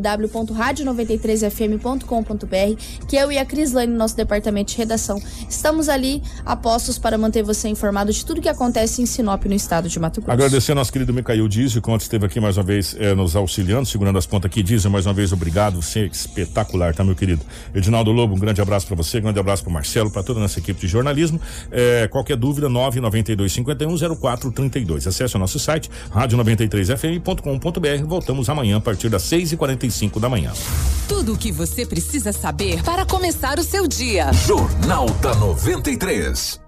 www.radio93fm.com.br, que eu e a Crislane, nosso departamento de redação, estamos ali a postos para manter você informado de tudo que acontece em Sinop, no estado de Mato Grosso. Agradecer ao nosso querido Micael Dizio, que ontem esteve aqui mais uma vez nos auxiliando, segurando as pontas aqui. Dizio, mais uma vez, obrigado, você é espetacular, tá, meu querido? Edinaldo Lobo, um grande abraço para você, grande abraço para Marcelo, para toda a nossa equipe de jornalismo. Qualquer dúvida, 992510432. Acesse o nosso site, radio93fm.com.br. Voltamos amanhã a partir das 6h45 da manhã. Tudo o que você precisa saber para começar o seu dia. Jornal da 93.